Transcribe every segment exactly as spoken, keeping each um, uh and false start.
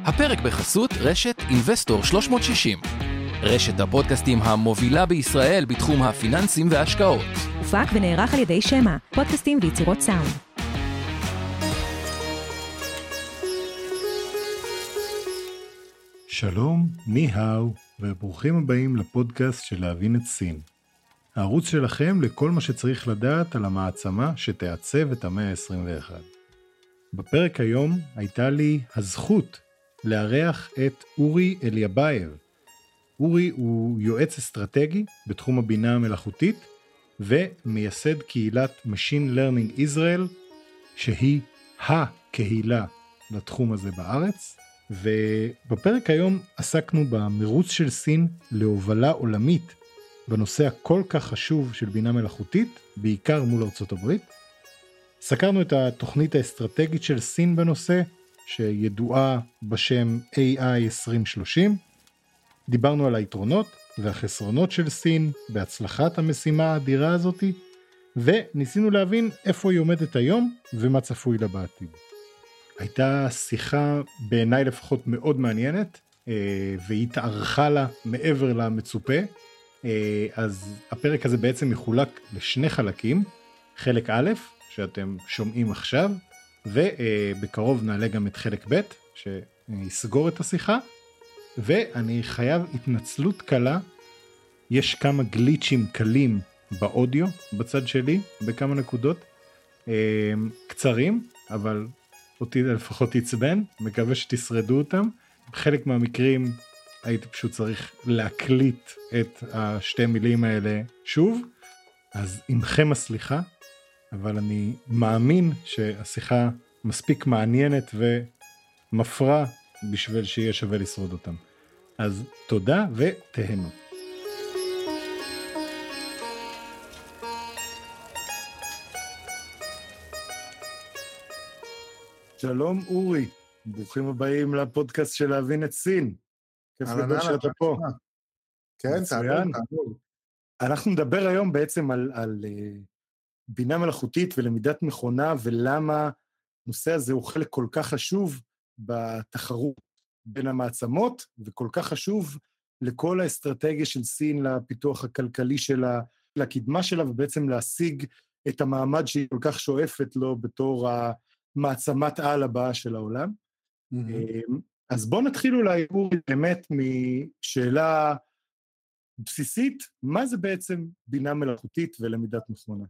הפרק בחסות רשת אינבסטור שלוש מאות שישים. רשת הפודקאסטים המובילה בישראל בתחום הפיננסים וההשקעות. הופק ונערך על ידי שמה, פודקאסטים ויצירות סאונד. שלום, ני האו, וברוכים הבאים לפודקאסט של להבין את סין. הערוץ שלכם לכל מה שצריך לדעת על המעצמה שתעצב את המאה ה-עשרים ואחת. בפרק היום הייתה לי הזכות לארח את אורי אליבייב. אורי הוא יועץ אסטרטגי בתחום הבינה המלאכותית, ומייסד קהילת Machine Learning Israel, שהיא הקהילה לתחום הזה בארץ. ובפרק היום עסקנו במרוץ של סין להובלה עולמית, בנושא הכל כך חשוב של בינה מלאכותית, בעיקר מול ארצות הברית. סקרנו את התוכנית האסטרטגית של סין בנושא, שידועה בשם איי איי עשרים שלושים. דיברנו על היתרונות והחסרונות של סין בהצלחת המשימה האדירה הזאת, וניסינו להבין איפה היא עומדת היום ומה צפוי לה בעתיד. הייתה שיחה בעיניי לפחות מאוד מעניינת, והיא התארכה לה מעבר למצופה. אז הפרק הזה בעצם מחולק לשני חלקים. חלק א', שאתם שומעים עכשיו, ובקרוב נעלה גם את חלק ב', שיסגור את השיחה. ואני חייב התנצלות קלה, יש כמה גליצ'ים קלים באודיו בצד שלי, בכמה נקודות קצרים, אבל אותי לפחות יצבן, מקווה שתשרדו אותם. בחלק מהמקרים הייתי פשוט צריך להקליט את השתי מילים האלה שוב, אז עמכם הסליחה, אבל אני מאמין שהשיחה מספיק מעניינת ומפרה בשביל שיהיה שווה לשרוד אותם. אז תודה ותהנו. שלום אורי, ברוכים הבאים לפודקאסט של להבין את סין. כיף לדבר שאתה פה. כן, תעבור, תעבור. אנחנו נדבר היום בעצם על, על uh, בינה מלאכותית ולמידת מכונה, ולמה הנושא הזה הוא חלק כל כך חשוב בתחרות בין המעצמות, וכל כך חשוב לכל האסטרטגיה של סין, לפיתוח הכלכלי שלה, לקדמה שלה, ובעצם להשיג את המעמד שהיא כל כך שואפת לו בתור המעצמת על הבאה של העולם. Mm-hmm. אז בואו נתחיל אולי באמת משאלה בסיסית, מה זה בעצם בינה מלאכותית ולמידת מכונה?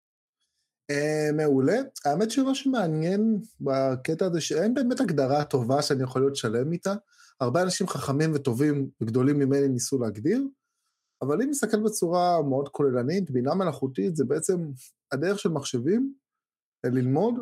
מעולה. האמת שמה שמעניין בקטע הזה, שאין באמת הגדרה טובה שאני יכול להיות שלם איתה, הרבה אנשים חכמים וטובים וגדולים ממני ניסו להגדיר, אבל אם נסתכל בצורה מאוד כוללנית, בינה מלאכותית זה בעצם הדרך של מחשבים ללמוד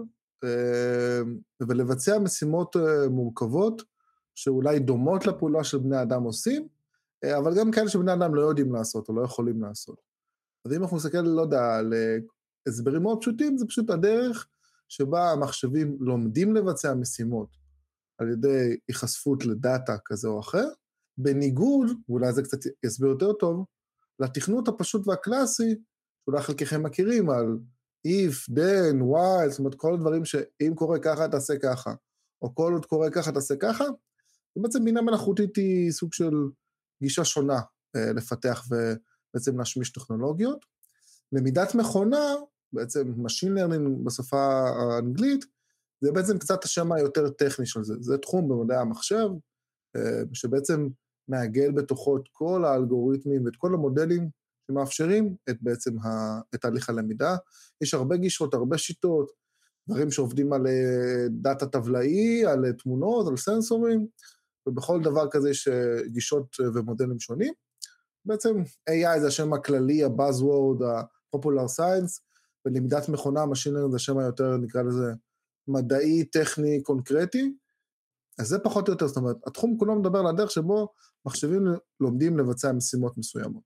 ולבצע משימות מורכבות, שאולי דומות לפעולה של בני אדם עושים, אבל גם כאלה שבני אדם לא יודעים לעשות או לא יכולים לעשות. אז אם אנחנו נסתכל, לא יודע, על הסברים מאוד פשוטים, זה פשוט הדרך שבה המחשבים לומדים לבצע משימות על ידי היחשפות לדאטה כזה או אחר, בניגוד, ואולי זה קצת יסביר יותר טוב, לתכנות הפשוט והקלאסי, שאולי חלקכם מכירים על if, then, while, זאת אומרת כל הדברים שאם קורה ככה תעשה ככה, או כל עוד קורה ככה תעשה ככה, ובעצם בינה מלאכותית היא סוג של גישה שונה לפתח ובעצם להשמיש טכנולוגיות. למידת מכונה, בעצם Machine Learning בשפה האנגלית, זה בעצם קצת השם היותר טכני של זה. זה תחום במדעי המחשב, שבעצם מעגל בתוכו את כל האלגוריתמים ואת כל המודלים שמאפשרים את בעצם את תהליך הלמידה. יש הרבה גישות, הרבה שיטות, דברים שעובדים על דאטה טבלאי, על תמונות, על סנסורים, ובכל דבר כזה יש גישות ומודלים שונים. בעצם איי איי זה השם הכללי, ה-buzzword, ה-popular science, ולמידת מכונה, Machine Learning זה השם היותר, נקרא לזה, מדעי, טכני, קונקרטי. אז זה פחות או יותר, זאת אומרת, התחום כולו מדבר על הדרך שבו מחשבים לומדים לבצע משימות מסוימות.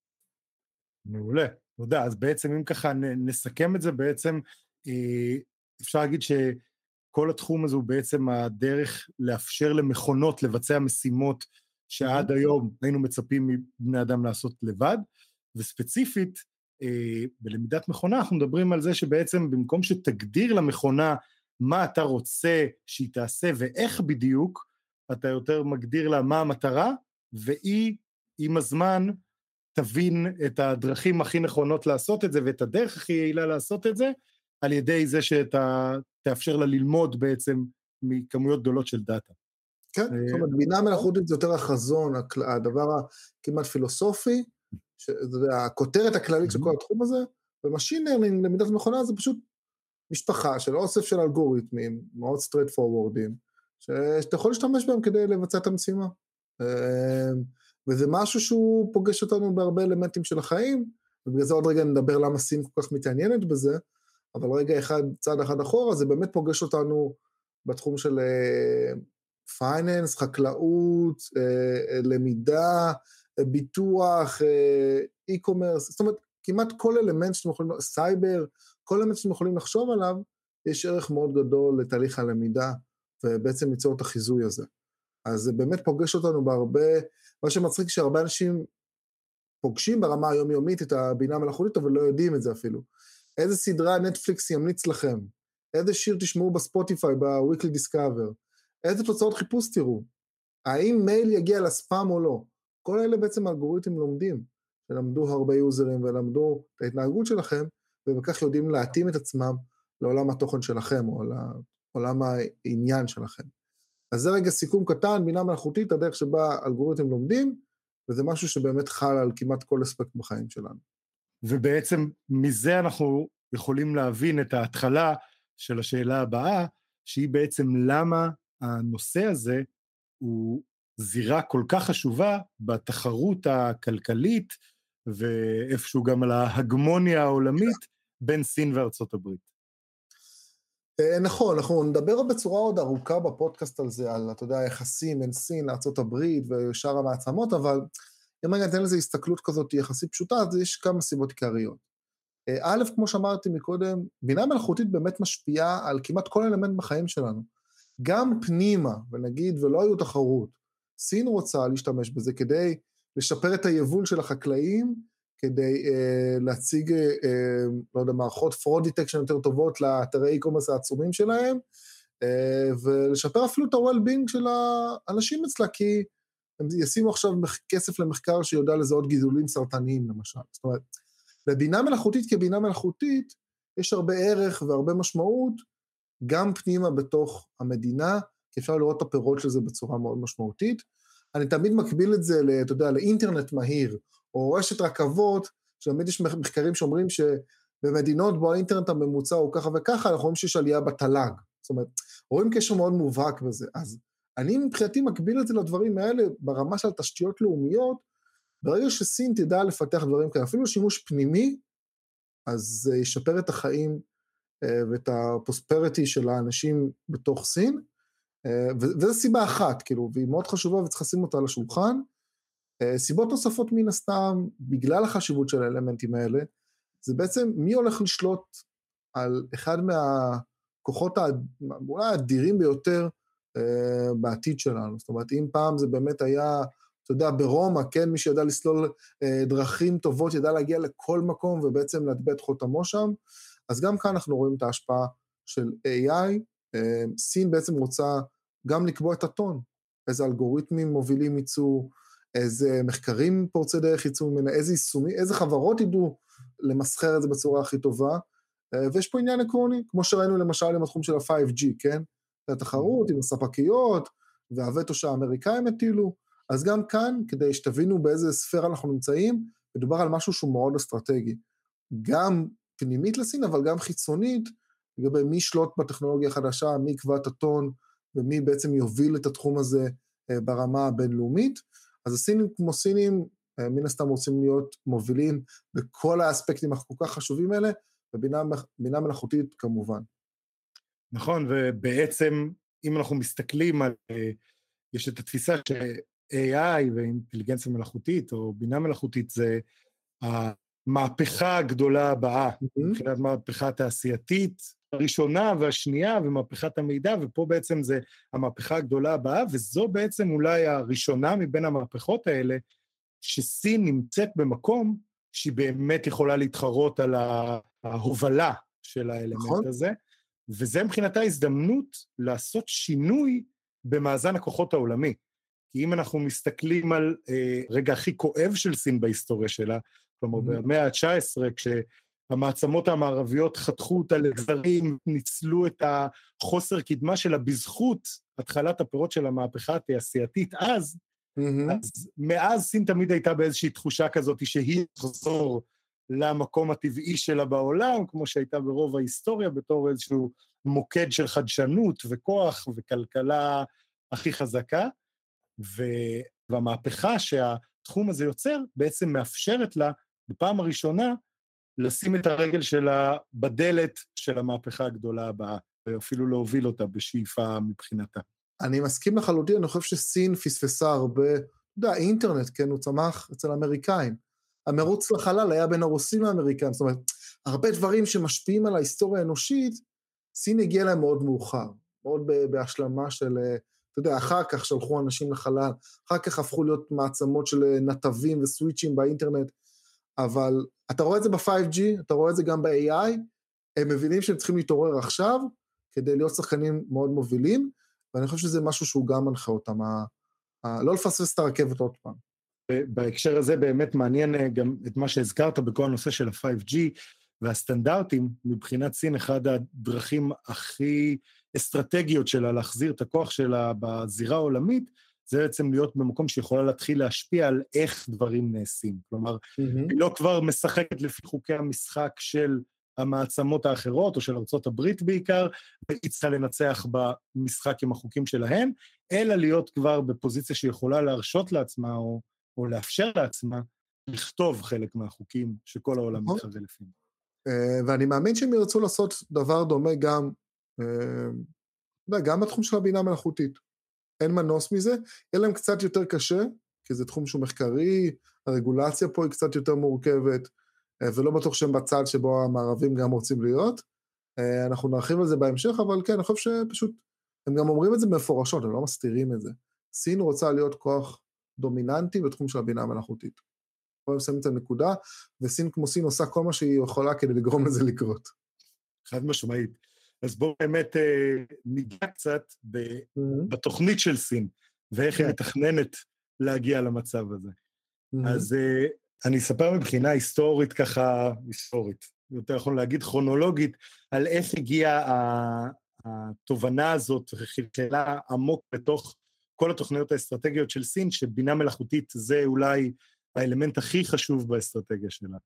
מעולה, תודה. אז בעצם אם ככה נסכם את זה, בעצם אפשר להגיד שכל התחום הזה הוא בעצם הדרך לאפשר למכונות לבצע משימות שעד היום היינו מצפים מבני אדם לעשות לבד, וספציפית, בלמידת מכונה אנחנו מדברים על זה שבעצם במקום שתגדיר למכונה מה אתה רוצה שהיא תעשה ואיך בדיוק, אתה יותר מגדיר לה מה המטרה, והיא עם הזמן תבין את הדרכים הכי נכונות לעשות את זה, ואת הדרך הכי יעילה לעשות את זה, על ידי זה שאתה תאפשר לה ללמוד בעצם מכמויות גדולות של דאטה. כן, זאת אומרת, בינה מלאכותית זה יותר החזון, הדבר הכמעט פילוסופי, הכותרת הכללית של כל התחום הזה, ומשין לרנינג למידת מכונה זה פשוט משפחה של אוסף של אלגוריתמים, מאוד straight forwardים, שאתה יכול להשתמש בהם כדי לבצע את המשימה. וזה משהו שהוא פוגש אותנו בהרבה אלמנטים של החיים, ובגלל זה עוד רגע נדבר למה סין כל כך מתעניינת בזה, אבל רגע אחד, צעד אחד אחורה, זה באמת פוגש אותנו בתחום של פייננס, חקלאות, למידה, ביטוח, אי-קומרס, זאת אומרת, כמעט כל אלמנט שאתם יכולים, סייבר, כל אלמנט שאתם יכולים לחשוב עליו, יש ערך מאוד גדול לתהליך הלמידה, ובעצם ליצור את החיזוי הזה. אז זה באמת פוגש אותנו בהרבה, מה שמצחיק שהרבה אנשים פוגשים ברמה היומיומית את הבינה המלאכותית, אבל לא יודעים את זה אפילו. איזה סדרה נטפליקס ימליץ לכם? איזה שיר תשמעו בספוטיפיי, בוויקלי דיסקאבר? איזה תוצאות חיפוש תראו? האם מייל יגיע לספאם או לא? כל אלה בעצם אלגוריתמים לומדים, שלמדו הרבה יוזרים ולמדו את ההתנהגות שלכם, ובכך יודעים להתאים את עצמם לעולם התוכן שלכם, או לעולם העניין שלכם. אז זה רגע סיכום קטן, בינה מלאכותית, הדרך שבה אלגוריתמים לומדים, וזה משהו שבאמת חל על כמעט כל אספקט בחיים שלנו. ובעצם מזה אנחנו יכולים להבין את ההתחלה של השאלה הבאה, שהיא בעצם למה הנושא הזה הוא זירה כל כך חשובה בתחרות הכלכלית, ואיפשהו גם על ההגמוניה העולמית בין סין וארצות הברית. נכון, אנחנו נדבר בצורה עוד ארוכה בפודקאסט על זה, על, אתה יודע, היחסים בין סין לארצות הברית ושאר המעצמות, אבל אם אני אתן לזה הסתכלות כזאת יחסית פשוטה, אז יש כמה סיבות עיקריות. א', כמו שאמרתי מקודם, בינה מלאכותית באמת משפיעה על כמעט כל אלמנט בחיים שלנו. גם פנימה, ונגיד, ולא היו תחרות, סין רוצה להשתמש בזה כדי לשפר את היבול של החקלאים, כדי uh, להציג, uh, לא יודע, מערכות fraud detection יותר טובות לאתרי e-commerce העצומים שלהם, uh, ולשפר אפילו את ה-well-being של האנשים אצלה, כי הם ישימו עכשיו כסף למחקר שיודע לזהות גידולים סרטניים, למשל. זאת אומרת, לבינה מלאכותית כבינה מלאכותית, יש הרבה ערך והרבה משמעות, גם פנימה בתוך המדינה, כי אפשר לראות את הפירות של זה בצורה מאוד משמעותית. אני תמיד מקביל את זה, אתה יודע, לאינטרנט מהיר, או רשת רכבות, שתמיד יש מחקרים שאומרים שבמדינות בו האינטרנט הממוצע הוא ככה וככה, אנחנו רואים שיש עלייה בתל"ג. זאת אומרת, רואים קשר מאוד מובהק בזה. אז אני מבחינתי מקביל את זה לדברים האלה, ברמה של תשתיות לאומיות, ברגע שסין תדע לפתח דברים כאלה, אפילו שימוש פנימי, אז זה ישפר את החיים ואת הפרוספריטי של האנשים בתוך סין, וזו סיבה אחת, כאילו, והיא מאוד חשובה וצריך לשים אותה על השולחן. סיבות נוספות מן הסתם, בגלל החשיבות של האלמנטים האלה, זה בעצם מי הולך לשלוט על אחד מהכוחות אולי האדירים ביותר בעתיד שלנו. זאת אומרת, אם פעם זה באמת היה, אתה יודע, ברומא, כן, מי שידע לסלול דרכים טובות, ידע להגיע לכל מקום ובעצם להטביע את חותמו שם, אז גם כאן אנחנו רואים את ההשפעה של איי איי, סין בעצם רוצה גם לקבוע את הטון, איזה אלגוריתמים מובילים ייצאו, איזה מחקרים פורצי דרך ייצאו ממנה, איזה יישומי, איזה חברות ידעו למסחר את זה בצורה הכי טובה, ויש פה עניין עקרוני, כמו שראינו למשל עם התחום של ה-פייב ג'י, כן? התחרות עם הספקיות, והווטו שהאמריקאים הטילו, אז גם כאן, כדי שתבינו באיזה ספירה אנחנו נמצאים, מדובר על משהו שהוא מאוד אסטרטגי, גם פנימית לסין, אבל גם חיצונית, לגבי מי שלוט בטכנולוגיה החדשה, מי יקבע את הטון, ומי בעצם יוביל את התחום הזה ברמה הבינלאומית. אז הסינים כמו סינים, מן הסתם רוצים להיות מובילים בכל האספקטים הכל כך חשובים האלה, ובינה מלאכותית כמובן. נכון, ובעצם אם אנחנו מסתכלים על, יש את התפיסה ש-איי איי ואינטליגנציה מלאכותית, או בינה מלאכותית, זה המהפכה הגדולה הבאה, מבחינת מהפכה תעשייתית, הראשונה והשנייה, ומהפכת המידע, ופה בעצם זה המהפכה הגדולה הבאה, וזו בעצם אולי הראשונה מבין המהפכות האלה, שסין נמצאת במקום, שהיא באמת יכולה להתחרות על ההובלה של האלמנט נכון. הזה, וזה מבחינת ההזדמנות לעשות שינוי במאזן הכוחות העולמי. כי אם אנחנו מסתכלים על אה, רגע הכי כואב של סין בהיסטוריה שלה, כלומר, mm-hmm. במאה ה-תשע עשרה, כשהמעצמות המערביות חתכו אותה לגזרים, ניצלו את החוסר קדמה שלה בזכות התחלת הפירות של המהפכה התעשייתית אז, mm-hmm. אז מאז סין תמיד הייתה באיזושהי תחושה כזאת שהיא תחזור למקום הטבעי שלה בעולם, כמו שהייתה ברוב ההיסטוריה, בתור איזשהו מוקד של חדשנות וכוח וכלכלה הכי חזקה, והמהפכה שהתחום הזה יוצר בעצם מאפשרת לה בפעם הראשונה לשים את הרגל שלה בדלת של המהפכה הגדולה הבאה, ואפילו להוביל אותה בשאיפה מבחינתה. אני מסכים לחלוטין, אני חושב שסין פספסה הרבה, אתה יודע, אינטרנט, כן, הוא צמח אצל האמריקאים. המרוץ לחלל היה בין הרוסים לאמריקאים, זאת אומרת, הרבה דברים שמשפיעים על ההיסטוריה האנושית, סין הגיעה להם מאוד מאוחר, מאוד בהשלמה של, אתה יודע, אחר כך שלחו אנשים לחלל, אחר כך הפכו להיות מעצמות של נתבים וסוויצ'ים באינטרנט, אבל אתה רואה את זה ב-פייב ג'י, אתה רואה את זה גם ב-איי איי, הם מבינים שהם צריכים להתעורר עכשיו, כדי להיות שחקנים מאוד מובילים, ואני חושב שזה משהו שהוא גם מנחה אותם, ה- ה- לא לפספס את הרכבת עוד פעם. בהקשר הזה באמת מעניין גם את מה שהזכרת בכל הנושא של ה-פייב ג'י, והסטנדרטים מבחינת סין, אחד הדרכים הכי אסטרטגיות שלה להחזיר את הכוח שלה בזירה העולמית, זה בעצם להיות במקום שיכולה להתחיל להשפיע על איך דברים נעשים. כלומר, mm-hmm. היא לא כבר משחקת לפי חוקי המשחק של המעצמות האחרות, או של ארצות הברית בעיקר, והיא צריכה לנצח במשחק עם החוקים שלהם, אלא להיות כבר בפוזיציה שיכולה להרשות לעצמה, או, או לאפשר לעצמה, לכתוב חלק מהחוקים שכל העולם mm-hmm. מתחרה לפיהם. Uh, ואני מאמין שהם ירצו לעשות דבר דומה גם, uh, גם בתחום של הבינה מלאכותית. אין מנוס מזה, יהיה להם קצת יותר קשה, כי זה תחום שהוא מחקרי, הרגולציה פה היא קצת יותר מורכבת, ולא בטוח שהם בצד שבו המערבים גם רוצים להיות. אנחנו נרחיב על זה בהמשך, אבל כן, אני חושב שפשוט, הם גם אומרים את זה מפורשות, הם לא מסתירים את זה. סין רוצה להיות כוח דומיננטי בתחום של הבינה המלאכותית. פה הם שמים את הנקודה, וסין כמו סין עושה כל מה שהיא יכולה כדי לגרום לזה לקרות. חד משמעית. אז בואו באמת ניגע קצת בתוכנית של סין, ואיך היא מתכננת להגיע למצב הזה. אז אני אספר מבחינה היסטורית ככה, היסטורית, יותר יכול להגיד כרונולוגית, על איך הגיעה התובנה הזאת, וחלקלה עמוק בתוך כל התוכניות האסטרטגיות של סין, שבינה מלאכותית זה אולי האלמנט הכי חשוב באסטרטגיה שלה.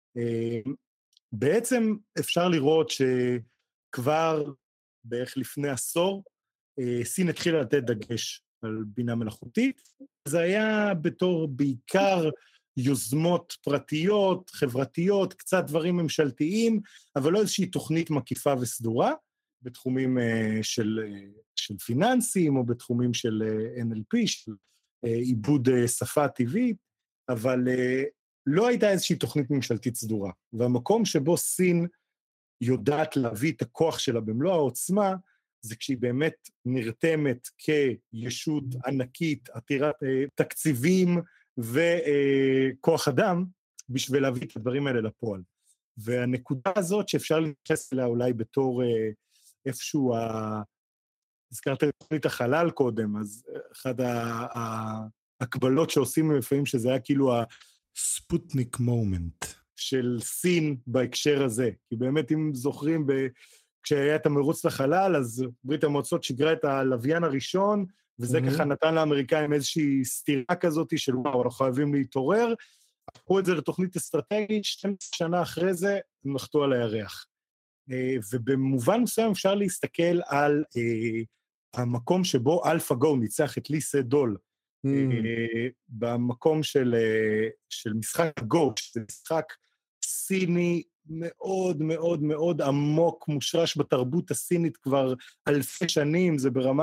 בעצם אפשר לראות שכבר בערך לפני עשור, סין התחילה לתת דגש על בינה מלאכותית, זה היה בתור בעיקר יוזמות פרטיות, חברתיות, קצת דברים ממשלתיים, אבל לא איזושהי תוכנית מקיפה וסדורה, בתחומים של, של פיננסים, או בתחומים של אן אל פי, של עיבוד שפה טבעית, אבל לא הייתה איזושהי תוכנית ממשלתית סדורה. והמקום שבו סין יודעת להביא את הכוח שלה במלוא העוצמה, זה כשהיא באמת נרתמת כישות ענקית, עתירת תקציבים וכוח אדם, בשביל להביא את הדברים האלה לפועל. והנקודה הזאת שאפשר להתייחס אליה אולי בתור איפשהו, הזכרת את תוכנית החלל קודם, אז אחד ההקבלות שעושים לפעמים שזה היה כאילו הספוטניק מומנט. של סין בהקשר הזה, כי באמת אם זוכרים, ב... כשהיה את המרוץ לחלל, אז ברית המועצות שיגרה את הלוויין הראשון, וזה mm-hmm. ככה נתן לאמריקאים איזושהי סתירה כזאת של וואו, אנחנו חייבים להתעורר, הפכו את זה לתוכנית אסטרטגית, שתים עשרה שנה אחרי זה, הם נחתו על הירח. ובמובן מסוים אפשר להסתכל על המקום שבו אלפא גו ניצח את לי סדול, mm. במקום של, של משחק גו, שזה משחק סיני מאוד מאוד מאוד עמוק, מושרש בתרבות הסינית כבר אלפי שנים, זה ברמה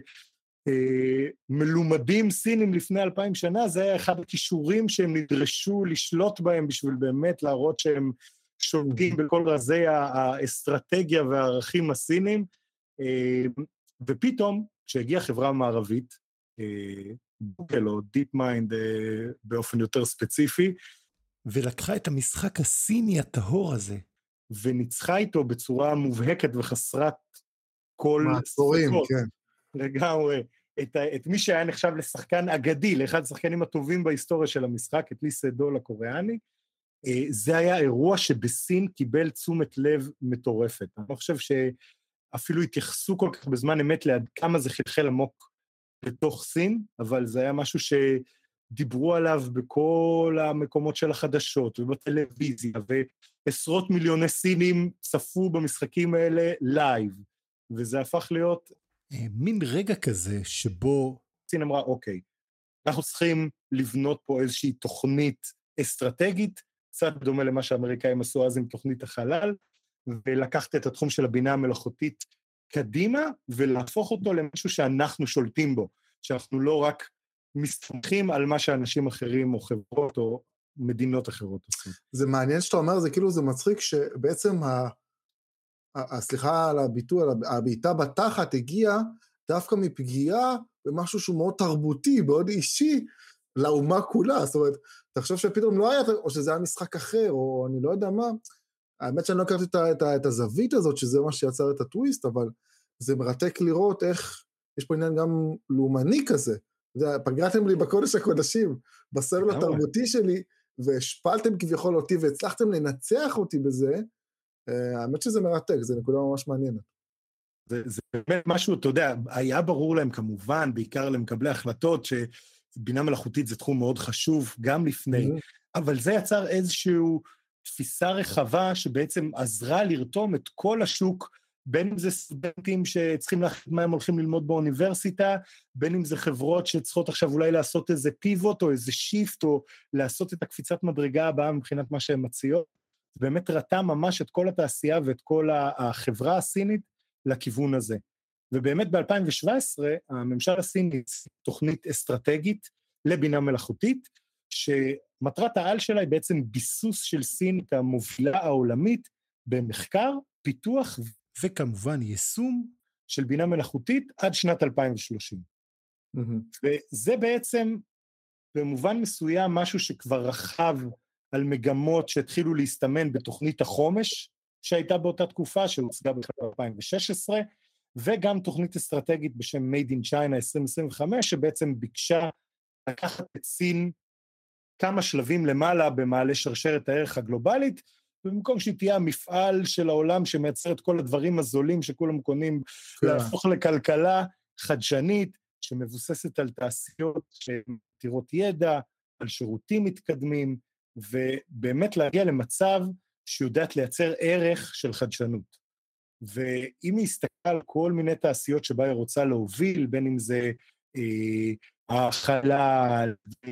שמלומדים סינים לפני אלפיים שנה, זה היה אחד הכישורים שהם נדרשו לשלוט בהם, בשביל באמת להראות שהם שולטים בכל רזי האסטרטגיה והערכים הסיניים, ופתאום, כשהגיעה חברה מערבית, גוגל או דיפ מיינד באופן יותר ספציפי, ולקחה את המשחק הסיני הטהור הזה, וניצחה איתו בצורה מובהקת וחסרת כל מעצורים, כן. לגמרי, את, את מי שהיה נחשב לשחקן אגדי, לאחד השחקנים הטובים בהיסטוריה של המשחק, את לי סדול הקוריאני. זה היה אירוע שבסין קיבל תשומת לב מטורפת. אני לא חושב שאפילו התייחסו כל כך בזמן אמת לעד כמה זה חלחל עמוק לתוך סין, אבל זה היה משהו שדיברו עליו בכל המקומות של החדשות ובטלוויזיה, ועשרות מיליוני סינים צפו במשחקים האלה לייב, וזה הפך להיות מין רגע כזה שבו סין אמרה, אוקיי, אנחנו צריכים לבנות פה איזושהי תוכנית אסטרטגית, קצת דומה למה שהאמריקאים עשו אז עם תוכנית החלל, ולקחת את התחום של הבינה המלאכותית קדימה, ולהפוך אותו למשהו שאנחנו שולטים בו, שאנחנו לא רק מסתמכים על מה שאנשים אחרים או חברות או מדינות אחרות עושים. זה מעניין שאתה אומר, זה כאילו זה מצחיק שבעצם ה... הסליחה על הביטוי, הבעיטה בתחת הגיעה דווקא מפגיעה במשהו שהוא מאוד תרבותי, מאוד אישי, לאומה כולה. זאת אומרת, אתה חושב שפתאום לא היה, או שזה היה משחק אחר, או אני לא יודע מה. האמת שאני לא הכרתי את, את, את הזווית הזאת, שזה מה שיצר את הטוויסט, אבל זה מרתק לראות איך, יש פה עניין גם לאומני כזה. פגעתם לי בקודש הקודשים, בסמל התרבותי שלי, והשפלתם כביכול אותי, והצלחתם לנצח אותי בזה, האמת שזה מרתק, זה נקודה ממש מעניינת. זה, זה באמת משהו, אתה יודע, היה ברור להם כמובן, בעיקר למקבלי החלטות, שבינה מלאכותית זה תחום מאוד חשוב, גם לפני, mm-hmm. אבל זה יצר איזושהי תפיסה רחבה, שבעצם עזרה לרתום את כל השוק, בין אם זה סטודנטים שצריכים להחליט מה הם הולכים ללמוד באוניברסיטה, בין אם זה חברות שצריכות עכשיו אולי לעשות איזה פיבוט, או איזה שיפט, או לעשות את הקפיצת מדרגה הבאה מבחינת מה שהן מציעות, באמת רתה ממש את כל התעשייה ואת כל החברה הסינית לכיוון הזה. ובאמת ב-אלפיים שבע עשרה, הממשל הסיני תוכנית אסטרטגית לבינה מלאכותית, שמטרת העל שלה היא בעצם ביסוס של סין כמובילה העולמית במחקר, פיתוח וכמובן יישום של בינה מלאכותית עד שנת אלפיים ושלושים. Mm-hmm. וזה בעצם במובן מסוים משהו שכבר רחב על מגמות שהתחילו להסתמן בתוכנית החומש, שהייתה באותה תקופה, שהוצגה ב-אלפיים ושש עשרה, וגם תוכנית אסטרטגית בשם Made in China עשרים עשרים וחמש, שבעצם ביקשה לקחת את סין כמה שלבים למעלה במעלה שרשרת הערך הגלובלית, ובמקום שהיא תהיה המפעל של העולם שמייצר את כל הדברים הזולים שכולם קונים, להפוך לכלכלה חדשנית, שמבוססת על תעשיות שמתירות ידע, על שירותים מתקדמים, ובאמת להגיע למצב שיודעת לייצר ערך של חדשנות. ואם היא הסתכלה על כל מיני תעשיות שבה היא רוצה להוביל, בין אם זה אה, החלל,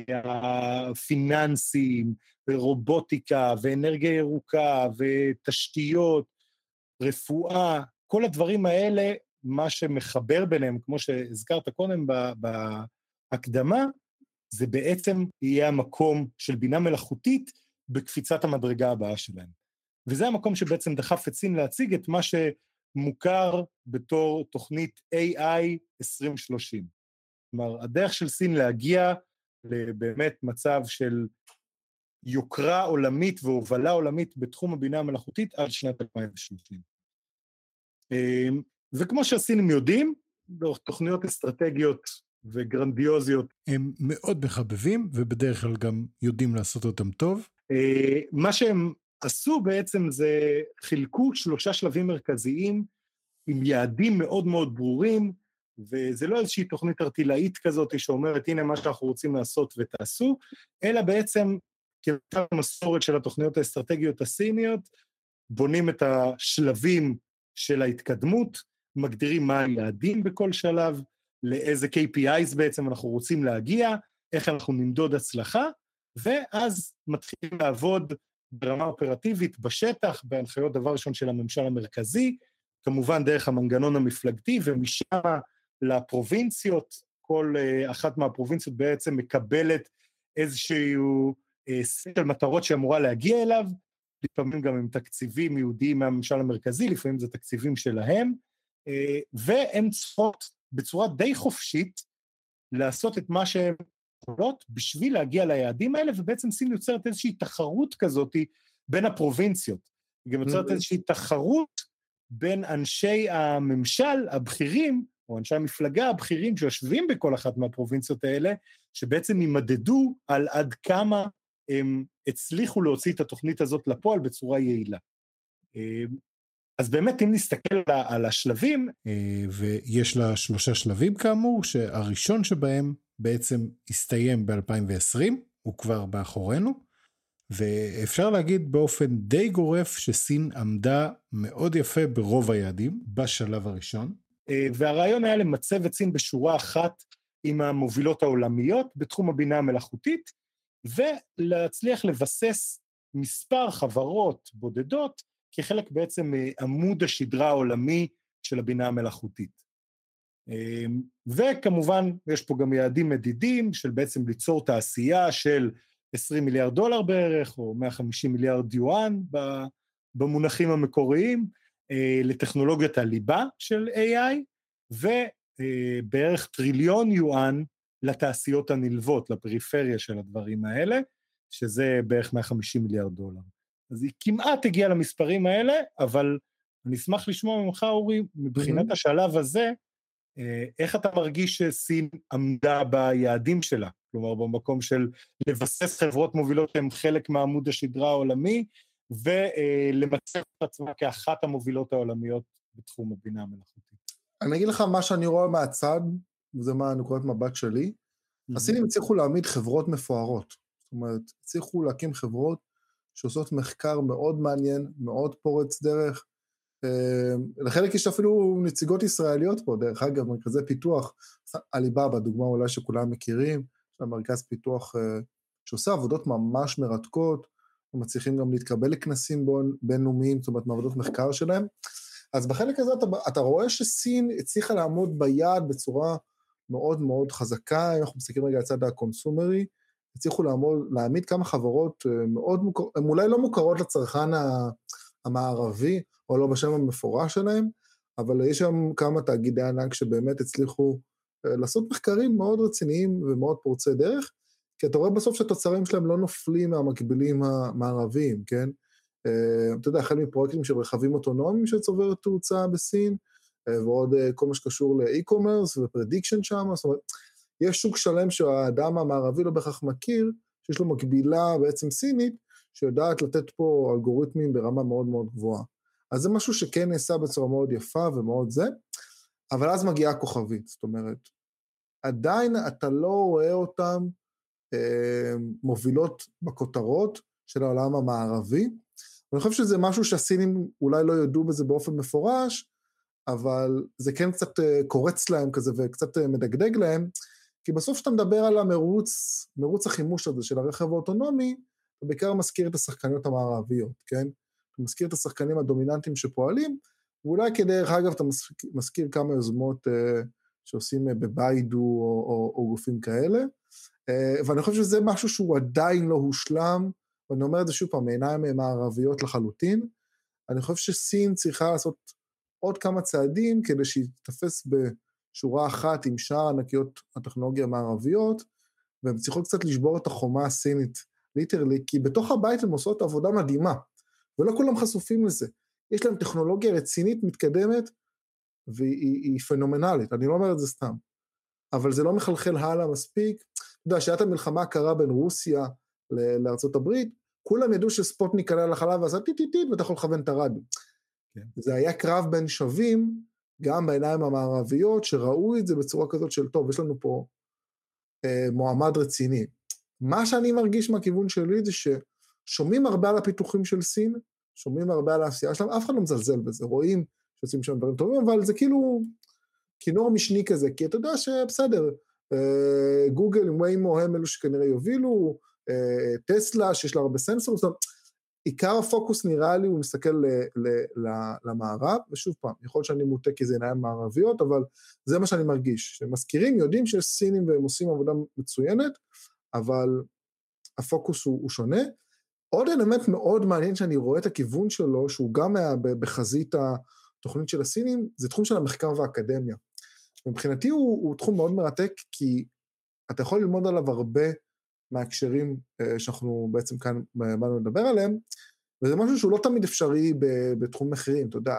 הפיננסים, ורובוטיקה, ואנרגיה ירוקה, ותשתיות, רפואה, כל הדברים האלה, מה שמחבר ביניהם, כמו שהזכרת קודם בהקדמה, זה בעצם יהיה המקום של בינה מלאכותית בקפיצת המדרגה הבאה שלהם. וזה המקום שבעצם דחף את סין להציג את מה שמוכר בתור תוכנית איי איי עשרים שלושים. כלומר, הדרך של סין להגיע לבאמת מצב של יוקרה עולמית והובלה עולמית בתחום הבינה המלאכותית עד שנת אלפיים ושלושים. וכמו שהסינים יודעים, תוכניות אסטרטגיות וגרנדיוזיות. הם מאוד מחבבים, ובדרך כלל גם יודעים לעשות אותם טוב. מה שהם עשו בעצם זה חילקו שלושה שלבים מרכזיים, עם יעדים מאוד מאוד ברורים, וזה לא איזושהי תוכנית ארטילאית כזאת, שאומרת, הנה מה שאנחנו רוצים לעשות ותעשו, אלא בעצם, כאותה מסורת של התוכניות האסטרטגיות הסיניות, בונים את השלבים של ההתקדמות, מגדירים מה היעדים בכל שלב, לאיזה קיי פי איז בעצם אנחנו רוצים להגיע, איך אנחנו נמדוד הצלחה, ואז מתחילים לעבוד ברמה אופרטיבית בשטח, בהנחיות דבר ראשון של הממשל המרכזי, כמובן דרך המנגנון המפלגתי, ומשם לפרובינציות, כל אחת מהפרובינציות בעצם מקבלת איזשהו סט של מטרות שאמורה להגיע אליו, לפעמים גם עם תקציבים יהודיים מהממשל המרכזי, לפעמים זה תקציבים שלהם, והן צריכות בצורה די חופשית לעשות את מה שהן יכולות בשביל להגיע ליעדים האלה, ובעצם סין יוצרת איזושהי תחרות כזאת בין הפרובינציות. היא גם יוצרת איזושהי תחרות בין אנשי הממשל הבכירים או אנשי המפלגה הבכירים שיושבים בכל אחת מהפרובינציות האלה, שבעצם יימדדו על עד כמה הם הצליחו להוציא את התוכנית הזאת לפועל בצורה יעילה. אז באמת, אם נסתכל על השלבים... ויש לה שלושה שלבים כאמור, שהראשון שבהם בעצם הסתיים ב-אלפיים ועשרים, הוא כבר מאחורינו, ואפשר להגיד באופן די גורף שסין עמדה מאוד יפה ברוב היעדים, בשלב הראשון. והרעיון היה למצב את סין בשורה אחת עם המובילות העולמיות בתחום הבינה המלאכותית, ולהצליח לבסס מספר חברות בודדות, כחלק בעצם מעמוד השדרה העולמי של הבינה המלאכותית. וכמובן, יש פה גם יעדים מדידים, של בעצם ליצור תעשייה של עשרים מיליארד דולר בערך, או מאה וחמישים מיליארד יואן, במונחים המקוריים, לטכנולוגיית הליבה של איי איי, ובערך טריליון יואן לתעשיות הנלוות, לפריפריה של הדברים האלה, שזה בערך מאה וחמישים מיליארד דולר. אז היא כמעט הגיעה למספרים האלה, אבל אני אשמח לשמוע ממך, אורי, מבחינת השלב הזה, איך אתה מרגיש שסין עמדה ביעדים שלה? כלומר, במקום של לבסס חברות מובילות שהן חלק מעמוד השדרה העולמי, ולמצב את עצמה כאחת המובילות העולמיות בתחום הבינה המלאכותית. אני אגיד לך מה שאני רואה מהצד, וזה מה נקודת מבט שלי, הסינים הצליחו להעמיד חברות מפוארות, זאת אומרת, הצליחו להקים חברות שעושות מחקר מאוד מעניין, מאוד פורץ דרך, לחלק יש אפילו נציגות ישראליות פה, דרך אגב, מרכזי פיתוח, עליבאבא, דוגמה אולי שכולם מכירים, יש לה מרכז פיתוח שעושה עבודות ממש מרתקות, ומצליחים גם להתקבל לכנסים בינלאומיים, זאת אומרת, מעבודות מחקר שלהם, אז בחלק הזה אתה, אתה רואה שסין הצליחה לעמוד ביעד בצורה מאוד מאוד חזקה, אנחנו מסתכלים רגע לצד הקונסומרי, הצליחו לעמוד, להעמיד כמה חברות מאוד מוכרות, הן אולי לא מוכרות לצרכן המערבי, או לא בשם המפורש שלהם, אבל יש שם כמה תאגידי ענק שבאמת הצליחו לעשות מחקרים מאוד רציניים ומאוד פורצי דרך, כי אתה רואה בסוף שהתוצרים שלהם לא נופלים מהמקבילים המערביים, כן? אתה יודע, החל מפרויקטים של רכבים אוטונומיים שצוברת תאוצה בסין, ועוד כל מה שקשור לאי-קומרס ופרדיקשן שם, זאת אומרת, יש שוק שלם שהאדם המערבי לא בהכרח מכיר, שיש לו מקבילה בעצם סינית, שיודעת לתת פה אלגוריתמים ברמה מאוד מאוד גבוהה. אז זה משהו שכן נעשה בצורה מאוד יפה ומאוד זה, אבל אז מגיעה כוכבית, זאת אומרת, עדיין אתה לא רואה אותם אה, מובילות בכותרות של העולם המערבי, ואני חושב שזה משהו שהסינים אולי לא יודעו בזה באופן מפורש, אבל זה כן קצת אה, קורץ להם כזה וקצת אה, מדגדג להם, כי בסוף שאתה מדבר על המרוץ, מרוץ החימוש הזה של הרכב האוטונומי, הוא בעיקר מזכיר את השחקניות המערביות, כן? הוא מזכיר את השחקנים הדומיננטיים שפועלים, ואולי כדרך אגב אתה מזכיר כמה יוזמות אה, שעושים בביידו או, או, או גופים כאלה, אה, ואני חושב שזה משהו שהוא עדיין לא הושלם, ואני אומר את זה שוב פעם, מעיניים מערביות לחלוטין, אני חושב שסין צריכה לעשות עוד כמה צעדים, כדי שהיא תתפס בשורה אחת עם שאר ענקיות הטכנולוגיה המערביות, והן צריכות קצת לשבור את החומה הסינית, ליטרלי, כי בתוך הבית הן עושות עבודה מדהימה, ולא כולם חשופים לזה. יש להם טכנולוגיה רצינית, מתקדמת, והיא פנומנלית, אני לא אומר את זה סתם. אבל זה לא מחלחל הלאה מספיק. אתה יודע, שעת המלחמה הקרה בין רוסיה לארצות הברית, כולם ידעו שספוטניק עלה לחלל ועשה טיטיטית, ואתה יכול לכוון את הרדיו. כן. זה היה קרב בין שווים, גם בעיניים המערביות, שראו את זה בצורה כזאת של, טוב, יש לנו פה אה, מועמד רציני. מה שאני מרגיש מהכיוון שלי, זה ששומעים הרבה על הפיתוחים של סין, שומעים הרבה על העשייה שלהם, אף אחד לא מזלזל בזה, רואים שעושים שם דברים טובים, אבל זה כאילו כינור משני כזה, כי אתה יודע שבסדר, אה, גוגל עם ויימו הם אלו שכנראה יובילו, אה, טסלה שיש לה הרבה סנסור, זאת אומרת, עיקר הפוקוס נראה לי, הוא מסתכל ל, ל, ל, למערב, ושוב פעם, יכול להיות שאני מוטה כי זה עיניים מערביות, אבל זה מה שאני מרגיש, שמזכירים, יודעים שיש סינים והם עושים עבודה מצוינת, אבל הפוקוס הוא, הוא שונה. עוד אלמנט מאוד מעניין שאני רואה את הכיוון שלו, שהוא גם היה בחזית התוכנית של הסינים, זה תחום של המחקר והאקדמיה. מבחינתי הוא, הוא תחום מאוד מרתק, כי אתה יכול ללמוד עליו הרבה מההקשרים שאנחנו בעצם כאן באנו לדבר עליהם, וזה משהו שהוא לא תמיד אפשרי בתחום מחירים, אתה יודע,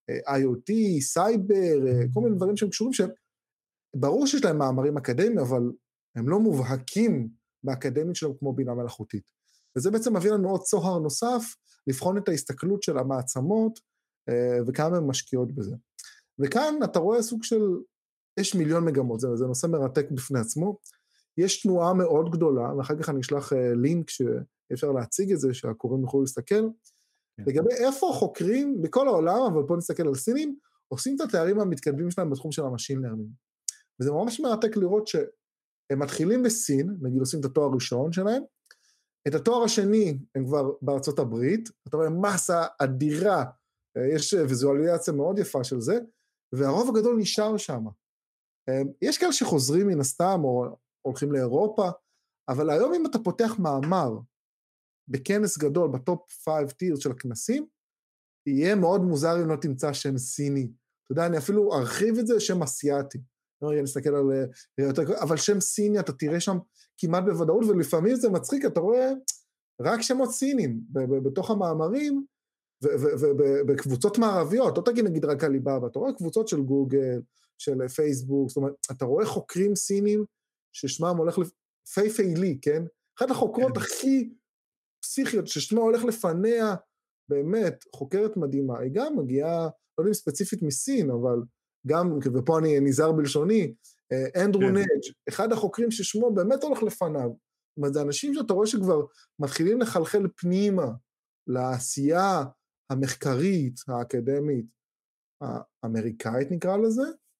איי או טי, סייבר, כל מיני דברים שהם קשורים, שברור שיש להם מאמרים אקדמיים, אבל הם לא מובהקים באקדמית שלהם כמו בינה מלאכותית. וזה בעצם מביא לנו עוד צוהר נוסף, לבחון את ההסתכלות של המעצמות, וכמה הן משקיעות בזה. וכאן אתה רואה סוג של, יש מיליון מגמות, זה, זה נושא מרתק בפני עצמו, יש תנועה מאוד גדולה, ואחר כך אני אשלח לינק שאפשר להציג את זה, שהקוראים יוכלו להסתכל, לגבי איפה חוקרים בכל העולם, אבל פה נסתכל על סינים, עושים את התארים המתקדמים שלהם בתחום של המשין לרנינג. וזה ממש מרתק לראות שהם מתחילים בסין, נגיד עושים את התואר הראשון שלהם, את התואר השני הם כבר בארצות הברית, אתה רואה מסה אדירה, יש ויזואליזציה מאוד יפה של זה, והרוב הגדול נשאר שם. יש כאלה שחוזרים מן הסתם, או הולכים לאירופה, אבל היום אם אתה פותח מאמר, בכנס גדול, בטופ חמש טירס של הכנסים, יהיה מאוד מוזר אם לא תמצא שם סיני. אתה יודע, אני אפילו ארחיב את זה, שם אסיאטי. לא יהיה נסתכל על... אבל שם סיני, אתה תראה שם כמעט בוודאות, ולפעמים זה מצחיק, אתה רואה רק שמות סינים, בתוך המאמרים, ובקבוצות מערביות, לא תגיד נגיד רק עליבאבא, אתה רואה קבוצות של גוגל, של פייסבוק, זאת אומרת, אתה רואה חוקרים סינים, ששמם הולך לפי לי, כן? אחת החוקרות הכי פסיכיות, ששמה הולך לפניה, באמת, חוקרת מדהימה, היא גם מגיעה, לא יודעים ספציפית מסין, אבל גם, ופה אני נזהר בלשוני, אנדרו נג', אחד החוקרים ששמו באמת הולך לפניו, זאת אומרת, זה אנשים שאתה רואה שכבר מתחילים לחלחל פנימה, לעשייה המחקרית, האקדמית, האמריקאית נקרא לזה,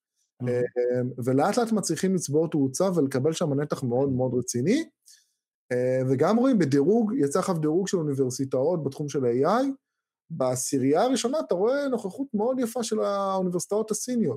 ולאט לאט מצליחים לצבור תאוצה, ולקבל שם נתח מאוד מאוד רציני, וגם רואים בדירוג, יצא אחר דירוג של אוניברסיטאות בתחום של איי איי, בעשירייה הראשונה אתה רואה נוכחות מאוד יפה של האוניברסיטאות הסיניות,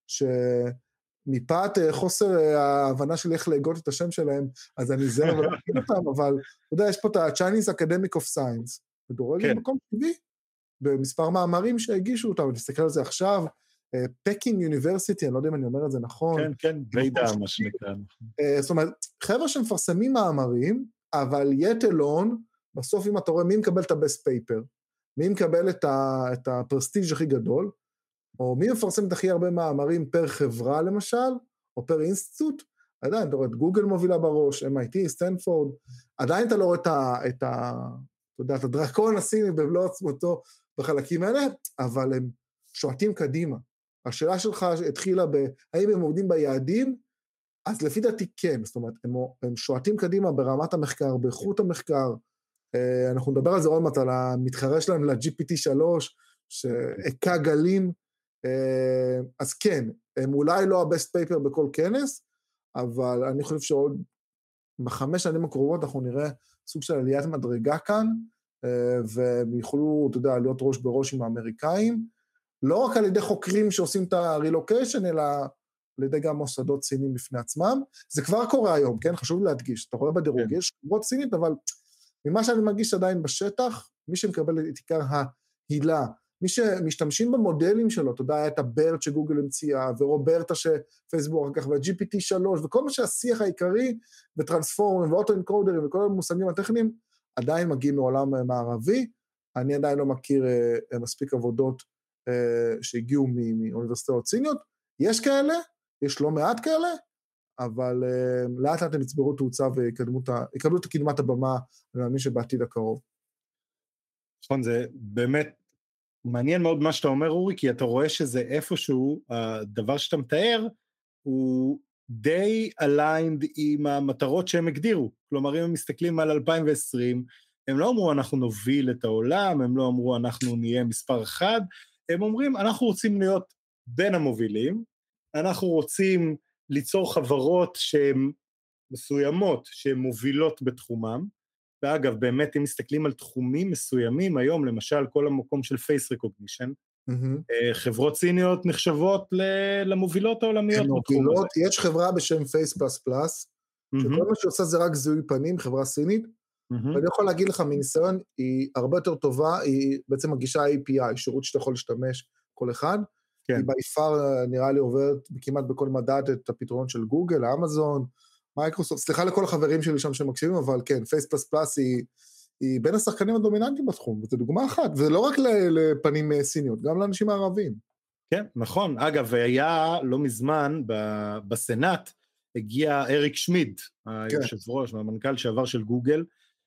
שמפאת חוסר ההבנה של איך להגות את השם שלהם, אז אני זהר ולהגיד אותם, אבל אתה יודע, יש פה את ה-Chinese Academic of Science, ודורג במקום טבעי, במספר מאמרים שהגישו אותם, ותסתכל על זה עכשיו, פקינג יוניברסיטי, אני לא יודע אם אני אומר את זה נכון. כן, כן, בידע, מה שנקרא. זאת אומרת, חבר'ה שמפרסמים מאמרים, אבל יט אלון, בסוף אם אתה רואה מי מקבל את ה-best paper, מי מקבל את הפרסטיג' הכי גדול, או מי מפרסם את הכי הרבה מאמרים פר חברה למשל, או פר אינסטיטוט, עדיין אתה רואה את גוגל מובילה בראש, אם איי טי, סטנפורד, עדיין אתה לא רואה את ה... אתה יודע, את הדרקון הסיני במלוא עצמותו בחלקים האלה, אבל הם שועטים קדימה. השאלה שלך התחילה ב... האם הם עובדים ביעדים? אז לפי דעתי כן, זאת אומרת, הם, הם שועטים קדימה ברמת המחקר, באיכות המחקר, אנחנו נדבר על זה עוד מעט, על המתחרה שלהם ל-ג'י פי טי שלוש, שעקה גלים, אז כן, הם אולי לא ה-best paper בכל כנס, אבל אני חושב שעוד בחמש שנים הקרובות אנחנו נראה סוג של עליית מדרגה כאן, והם יכולו, אתה יודע, להיות ראש בראש עם האמריקאים, לא רק על ידי חוקרים שעושים את הרילוקיישן, אלא על ידי גם מוסדות סינים בפני עצמם. זה כבר קורה היום, כן? חשוב להדגיש. אתה רואה בדירוג, יש חברות סינית, אבל ממה שאני מרגיש עדיין בשטח, מי שמקבל את עיקר ההילה, מי שמשתמשים במודלים שלו, אתה יודע, היה את הברט שגוגל המציאה, ורוברטה שפייסבוק אחר כך, וה-ג'י פי טי שלוש, וכל מה שהשיח העיקרי, וטרנספורמרים, ואוטו-אנקודרים, וכל המושגים הטכניים, עדיין מגיעים מעולם מערבי. אני עדיין לא מכיר מספיק עבודות שהגיעו מאוניברסיטאות סיניות. יש כאלה, יש לא מעט כאלה, אבל לאט לאט הם יצברו תאוצה ויקבלו את קדמת הבמה, אני מאמין שבעתיד הקרוב. נכון, זה באמת מעניין מאוד מה שאתה אומר, אורי, כי אתה רואה שזה איפשהו, הדבר שאתה מתאר, הוא די aligned עם המטרות שהם הגדירו. כלומר, אם הם מסתכלים על אלפיים ועשרים, הם לא אמרו אנחנו נוביל את העולם, הם לא אמרו אנחנו נהיה מספר אחד, הם אומרים אנחנו רוצים להיות בין המובילים, אנחנו רוצים ליצור חברות שהן מסוימות, שהן מובילות בתחומם, ואגב, באמת, אם מסתכלים על תחומים מסוימים היום, למשל, כל המקום של face recognition, mm-hmm. חברות סיניות נחשבות למובילות העולמיות בתחום הזה. יש חברה בשם Face++, mm-hmm. שכל מה שעושה זה רק זיהוי פנים, חברה סינית, mm-hmm. ואני יכול להגיד לך, מניסיון, היא הרבה יותר טובה, היא בעצם מגישה איי פי איי, שירות שאתה יכול להשתמש כל אחד, כן. היא ביפר נראה לי עוברת כמעט בכל מדד את הפתרונות של גוגל, אמזון, מייקרוסופט, סליחה לכל החברים שלי שם שמקשיבים, אבל כן, Face++ היא, היא בין השחקנים הדומיננטיים בתחום, וזו דוגמה אחת, וזה לא רק לפנים סיניות, גם לאנשים הערבים. כן, נכון. אגב, היה לא מזמן בסנאט, הגיע אריק שמיד, היושב ראש, המנכ"ל שעבר של גוגל,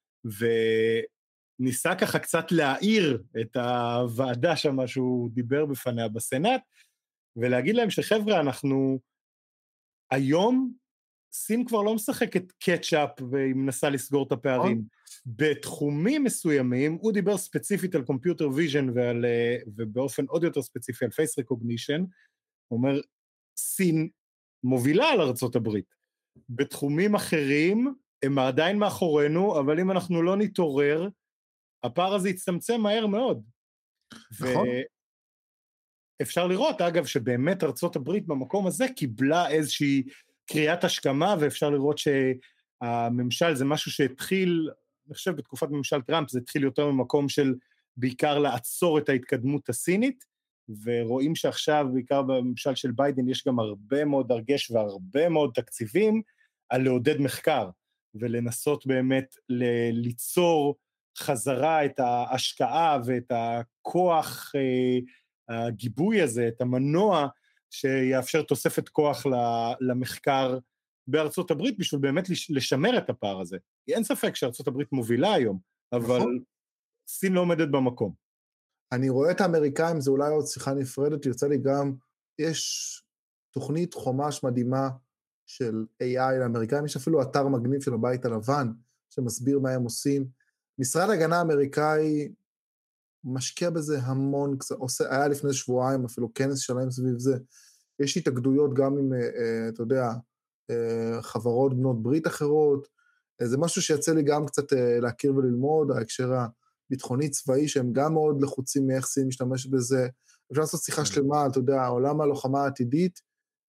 וניסה ככה קצת להעיר את הוועדה שם שהוא דיבר בפניה בסנאט, ולהגיד להם שחבר'ה, אנחנו היום, סין כבר לא משחקת קאצ'אפ והיא מנסה לסגור את הפערים. בתחומים מסוימים, הוא דיבר ספציפית על קומפיוטר ויז'ן ועל, ובאופן עוד יותר ספציפי על פייס רקוגנישן, הוא אומר, סין מובילה על ארצות הברית. בתחומים אחרים, הם עדיין מאחורינו, אבל אם אנחנו לא נתעורר, הפער הזה יצטמצם מהר מאוד. נכון. ואפשר לראות, אגב, שבאמת ארצות הברית במקום הזה קיבלה איזושהי קריאת השכמה, ואפשר לראות שהממשל זה משהו שהתחיל, אני חושב בתקופת ממשל טראמפ, זה התחיל יותר ממקום של בעיקר לעצור את ההתקדמות הסינית, ורואים שעכשיו, בעיקר בממשל של ביידן, יש גם הרבה מאוד דרגש והרבה מאוד תקציבים, על לעודד מחקר, ולנסות באמת ל- ליצור חזרה את ההשקעה, ואת הכוח, אה, הגיבוי הזה, את המנוע, שיאפשר תוספת כוח למחקר בארצות הברית, בשביל באמת לשמר את הפער הזה. אין ספק שארצות הברית מובילה היום, אבל סין לא עומדת במקום. אני רואה את האמריקאים, זה אולי עוד שיחה נפרדת, יוצא לי גם, יש תוכנית חומש מדהימה של איי איי לאמריקאים, יש אפילו אתר מגניב של הבית הלבן, שמסביר מה הם עושים. משרד ההגנה האמריקאי משקיע בזה המון, עושה, היה לפני שבועיים אפילו כנס שלהם סביב זה, יש התאגדויות גם עם, אתה יודע, חברות בנות ברית אחרות, זה משהו שיצא לי גם קצת להכיר וללמוד, ההקשר הביטחוני צבאי, שהם גם מאוד לחוצים מאיך סין משתמשת בזה, אפשר לעשות שיחה שלמה, אתה יודע, עולם הלוחמה העתידית,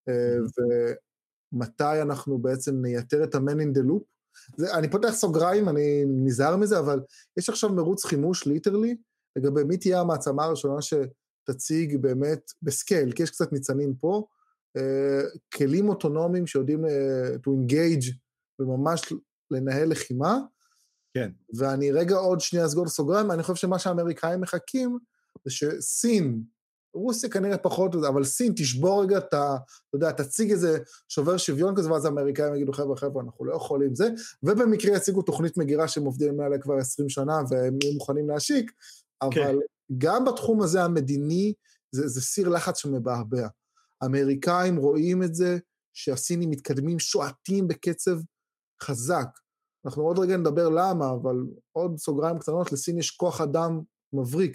ומתי אנחנו בעצם נייתר את ה-man in the loop, זה, אני פותח סוגריים, אני נזהר מזה, אבל יש עכשיו מרוץ חימוש ליטרלי, לגבי מי תהיה המעצמה הראשונה שתציג באמת בסקייל, כי יש קצת ניצנים פה, כלים אוטונומיים שיודעים to engage וממש לנהל לחימה, כן. ואני רגע עוד שנייה אסגור סוגריים, אני חושב שמה שהאמריקאים מחכים, זה שסין, רוסיה כנראה פחות, אבל סין תשבור רגע, אתה יודע, תציג איזה שובר שוויון כזה, ואז האמריקאים יגידו, חבר'ה, חבר'ה, אנחנו לא יכולים זה, ובמקרה יציגו תוכנית מגירה שהם עובדים עליה כבר עשרים שנה, והם יהיו מוכנים להשיק, אבל כן. גם בתחום הזה המדיני, זה, זה סיר לחץ שמבעבע. האמריקאים רואים את זה, שהסינים מתקדמים שועטים בקצב חזק. אנחנו עוד רגע נדבר למה, אבל עוד סוגריים קטנות, לסין יש כוח אדם מבריק.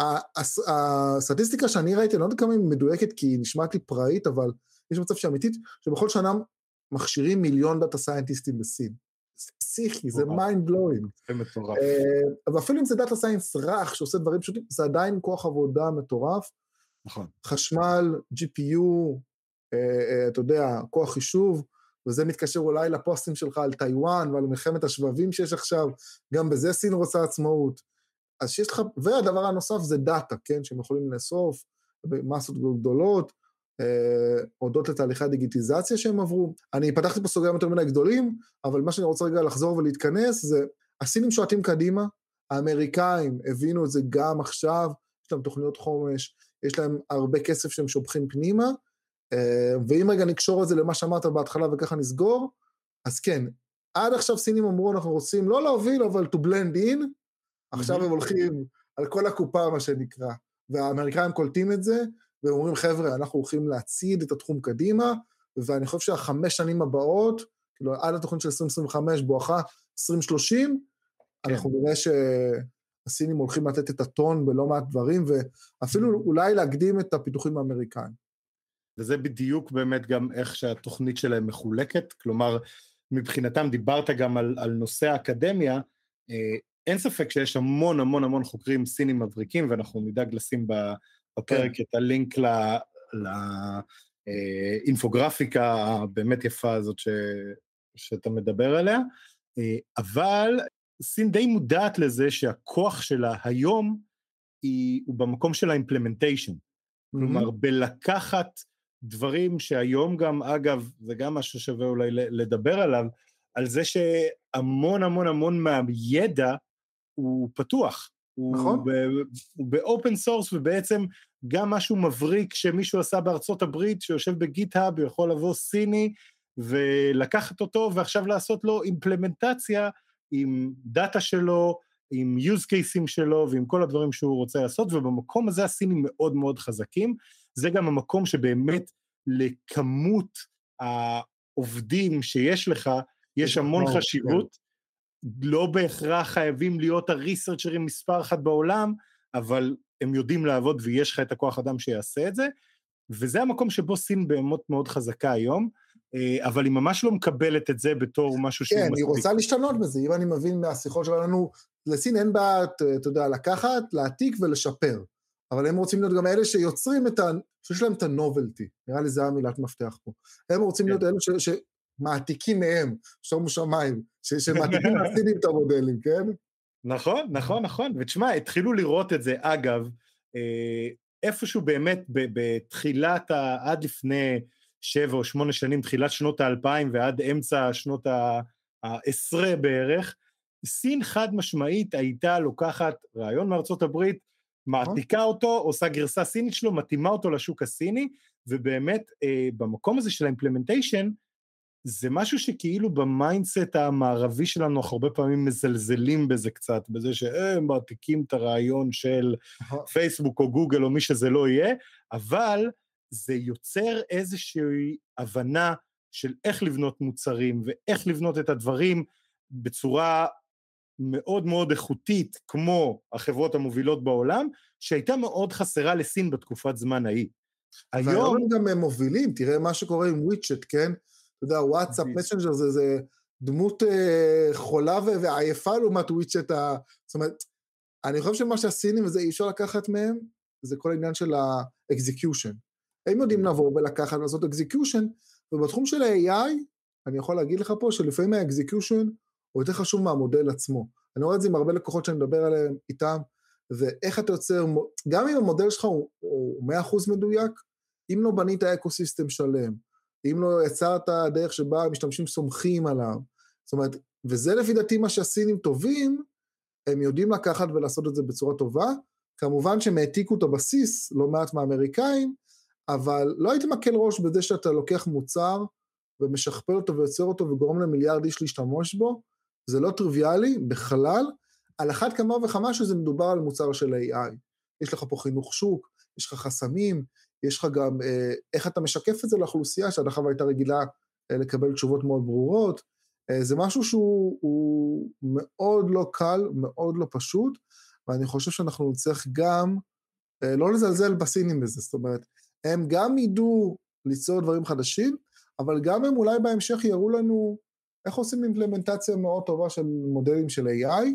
הסטטיסטיקה שאני ראיתי, אני לא יודע כמה היא מדויקת, כי היא נשמעת לי פראית, אבל יש מצב שאמיתית, שבכל שנה מכשירים מיליון דאטה סיינטיסטים בסין. זה פסיכי, זה mind blowing. זה מטורף. ואפילו אם זה דאטה סיינס רך, שעושה דברים פשוטים, זה עדיין כוח עבודה מטורף. נכון. חשמל, ג'י פי יו, אתה יודע, כוח חישוב, וזה מתקשר אולי לפוסטים שלך על טיואן, ועל מלחמת השבבים שיש עכשיו, גם בזה סין רוצה עצמאות. אז שיש לך, והדבר הנוסף זה דאטה, כן, שהם יכולים לאסוף, במסות גדולות, הודות לתהליכי הדיגיטיזציה שהם עברו. אני פתחתי פה סוגרים יותר מדי גדולים, אבל מה שאני רוצה רגע לחזור ולהתכנס, זה, הסינים שועטים קדימה, האמריקאים הבינו את זה גם עכשיו, יש להם תוכניות חומש, יש להם הרבה כסף שהם שופכים פנימה, ואם רגע נקשור את זה למה שאמרת בהתחלה וככה נסגור, אז כן, עד עכשיו סינים אמרו, אנחנו רוצים לא להוביל, אבל to blend in, עכשיו הם הולכים על כל הקופה, מה שנקרא, והאמריקאים קולטים את זה, והם אומרים, חבר'ה, אנחנו הולכים להציד את התחום קדימה, ואני חושב שהחמש שנים הבאות, כאילו, עד התוכנית של עשרים עשרים וחמש, בואכה עשרים שלושים, כן. אנחנו נראה שהסינים הולכים לתת את הטון בלא מעט דברים, ואפילו אולי להקדים את הפיתוחים האמריקאים. וזה בדיוק באמת גם איך שהתוכנית שלהם מחולקת, כלומר, מבחינתם דיברת גם על, על נושא האקדמיה, אין ספק שיש המון המון המון חוקרים סינים מבריקים, ואנחנו נדאג לשים בפרק כן. את הלינק ל, לאינפוגרפיקה הבאמת יפה הזאת ש, שאתה מדבר עליה, אבל סין די מודעת לזה שהכוח שלה היום, היא, הוא במקום של האימפלמנטיישן, mm-hmm. כלומר, בלקחת דברים שהיום גם, אגב, זה גם משהו שווה אולי לדבר עליו, על זה שהמון המון המון מהידע, הוא פתוח. נכון. הוא באופן סורס, ובעצם גם משהו מבריק שמישהו עשה בארצות הברית, שיושב בגיט-האב, יכול לבוא סיני, ולקחת אותו, ועכשיו לעשות לו אימפלמנטציה, עם דאטה שלו, עם use cases שלו, ועם כל הדברים שהוא רוצה לעשות, ובמקום הזה הסינים מאוד מאוד חזקים, זה גם המקום שבאמת לכמות העובדים שיש לך, יש המון חשיבות, לא בהכרח חייבים להיות הריסרצ'רים מספר אחת בעולם, אבל הם יודעים לעבוד ויש לך את הכוח אדם שיעשה את זה, וזה המקום שבו סין באמת מאוד חזקה היום, אבל היא ממש לא מקבלת את זה בתור משהו שהוא מספיק. כן, היא רוצה להשתנות בזה, אם אני מבין מהשיחות שלנו, לסין אין בה, אתה יודע, לקחת, להעתיק ולשפר, אבל הם רוצים להיות גם אלה שיוצרים את ה... שיש להם את הנובלטי, נראה לי זה המילת מפתח פה, הם רוצים להיות אלה ש... שמעתיקים מהם, שומו שמיים, ש... שמעתיקים מהסינים את המודלים, כן? נכון, נכון, נכון, ותשמע, התחילו לראות את זה, אגב, איפשהו באמת בתחילת, עד לפני שבע או שמונה שנים, תחילת שנות האלפיים ועד אמצע שנות העשרה בערך, סין חד משמעית הייתה לוקחת רעיון מארצות הברית, מעתיקה אותו, עושה גרסה סינית שלו, מתאימה אותו לשוק הסיני, ובאמת במקום הזה של האימפלמנטיישן, זה משהו שכאילו במיינדסט המערבי שלנו, אנחנו הרבה פעמים מזלזלים בזה קצת, בזה שהם מעתיקים את הרעיון של פייסבוק או גוגל או מי שזה לא יהיה, אבל זה יוצר איזושהי הבנה של איך לבנות מוצרים, ואיך לבנות את הדברים בצורה מאוד מאוד איכותית, כמו החברות המובילות בעולם, שהייתה מאוד חסרה לסין בתקופת זמן ההיא. והיום הם גם מובילים, תראה מה שקורה עם וויצ'ט, כן? אתה יודע, וואטסאפ, מסנג'ר, זה, זה דמות אה, חולה ועייפה לעומת וויצ'ט, ה... זאת אומרת, אני חושב שמה שהסינים, וזה אי אפשר לקחת מהם, זה כל העניין של ה-execution. הם יודעים לבוא ולקחת ולעשות execution, ובתחום של ה-איי איי, אני יכול להגיד לך פה, שלפעמים ה-execution הוא יותר חשוב מהמודל עצמו. אני רואה את זה עם הרבה לקוחות שאני מדבר עליהם איתם, ואיך אתה יוצר, גם אם המודל שלך הוא, הוא מאה אחוז מדויק, אם לא בנית אקוסיסטם שלם, אם לא יצרת דרך שבה המשתמשים סומכים עליו, זאת אומרת, וזה לפי דעתי מה שהסינים טובים, הם יודעים לקחת ולעשות את זה בצורה טובה, כמובן שהם העתיקו את הבסיס, לא מעט מהאמריקאים, אבל לא הייתי מקל ראש בזה שאתה לוקח מוצר, ומשכפל אותו ויוצר אותו, וגורם למיליארד איש להשתמש בו, זה לא טריוויאלי בכלל, על אחת כמה וכמה שזה מדובר על מוצר של איי איי. יש לך פה חינוך שוק, יש לך חסמים, יש לך גם אה, איך אתה משקף את זה לאוכלוסייה, שעד עכשיו הייתה רגילה אה, לקבל תשובות מאוד ברורות, אה, זה משהו שהוא מאוד לא קל, מאוד לא פשוט, ואני חושב שאנחנו נצטרך גם, אה, לא לזלזל בסינים בזה, זאת אומרת, הם גם ידעו ליצור דברים חדשים, אבל גם הם אולי בהמשך יראו לנו, איך עושים אימפלמנטציה מאוד טובה של מודלים של איי איי,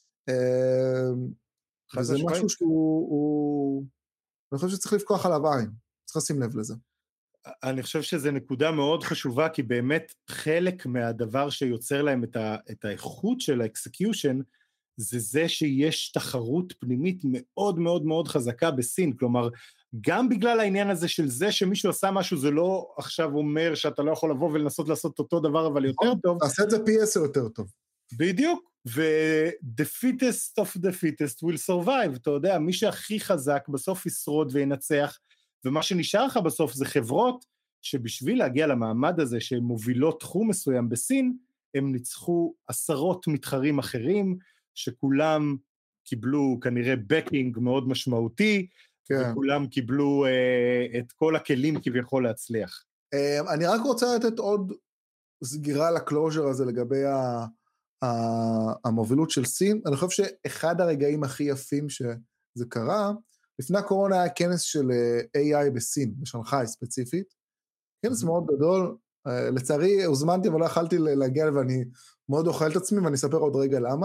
וזה משהו שהוא, הוא, אני חושב שצריך לפקוח עליו עין, צריך לשים לב לזה. אני חושב שזו נקודה מאוד חשובה, כי באמת חלק מהדבר שיוצר להם את, ה, את האיכות של האקסקיושן, זה זה שיש תחרות פנימית מאוד מאוד מאוד חזקה בסין, כלומר, גם בגלל העניין הזה של זה שמישהו עשה משהו, זה לא עכשיו אומר שאתה לא יכול לבוא ולנסות לעשות אותו דבר, אבל יותר טוב. תעשה את זה פי עשר יותר טוב. בדיוק, ו-the fittest of the fittest will survive, אתה יודע, מי שהכי חזק בסוף ישרוד וינצח, ומה שנשאר לך בסוף זה חברות, שבשביל להגיע למעמד הזה, שהן מובילות תחום מסוים בסין, הם ניצחו עשרות מתחרים אחרים, שכולם קיבלו כנראה בקינג מאוד משמעותי, כן. וכולם קיבלו uh, את כל הכלים כביכול להצליח. Uh, אני רק רוצה לתת עוד סגירה לקלוז'ר הזה לגבי ה... המובילות של סין. אני חושב שאחד הרגעים הכי יפים שזה קרה, לפני הקורונה היה כנס של איי איי בסין, בשנגחאי ספציפית, כנס מאוד גדול, לצערי הוזמנתי אבל לא יכלתי להגיע ואני מאוד אוכל את עצמי, ואני אספר עוד רגע למה.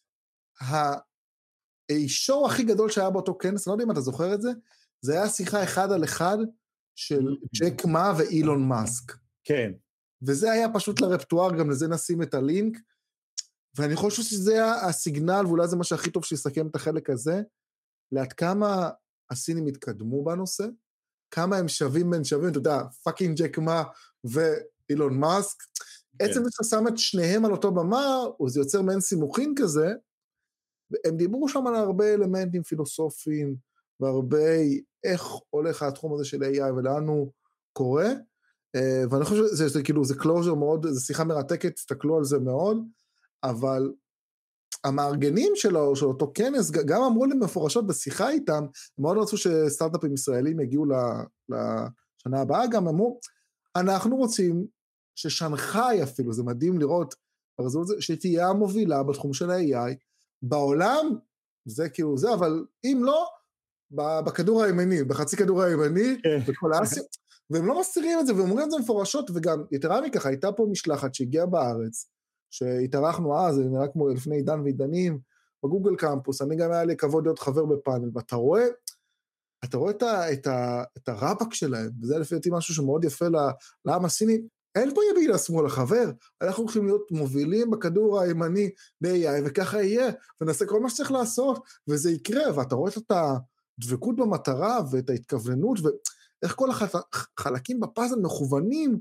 השואו הכי גדול שהיה באותו כנס, אני לא יודע אם אתה זוכר את זה, זה היה שיחה אחד על אחד של ג'ק מה ואילון מאסק. כן. וזה היה פשוט לרפטואר, גם לזה נשים את הלינק, ואני חושב שזה הסיגנל, ואולי זה מה שהכי טוב שיסכם את החלק הזה, לעד כמה הסינים התקדמו בנושא, כמה הם שווים בין שווים, אתה יודע, פאקינג ג'ק מה ואילון מאסק, עצם זה ששם את שניהם על אותו במה, זה יוצר מעין סימוכין כזה, הם דיברו שם על הרבה אלמנטים פילוסופיים, והרבה איך הולך התחום הזה של איי איי ולאן הוא קורה, ואני חושב שזה זה, כאילו, זה קלוז'ר מאוד, זה שיחה מרתקת, תסתכלו על זה מאוד, אבל המארגנים שלו, של אותו כנס, גם אמרו לי מפורשות בשיחה איתם, הם מאוד רצו שסטארט-אפים ישראלים יגיעו לשנה הבאה, גם אמרו, אנחנו רוצים ששנגחאי אפילו, זה מדהים לראות, שתהיה המובילה בתחום של ה-איי איי, בעולם, זה כאילו זה, אבל אם לא, בכדור הימני, בחצי כדור הימני, בכל האסיה, והם לא מסתירים את זה, ואומרים את זה מפורשות, וגם יתרה מכך, הייתה פה משלחת שהגיעה בארץ, שהתארחנו אז, זה נראה כמו לפני עידן ועידנים, בגוגל קמפוס, אני גם היה לי כבוד להיות חבר בפאנל, ואתה רואה, אתה רואה את, ה, את, ה, את הרבק שלהם, וזה לפי אותי משהו שמאוד יפה לעם הסיני, אין פה ימין לשמאל החבר, אנחנו הולכים להיות מובילים בכדור הימני ב-איי איי, וככה יהיה, ונעשה כל מה שצריך לעשות, וזה יקרה, ואתה רואה את הדבקות במטרה, ואת ההתכווננות, ואיך כל החלקים בפאזל מכוונים,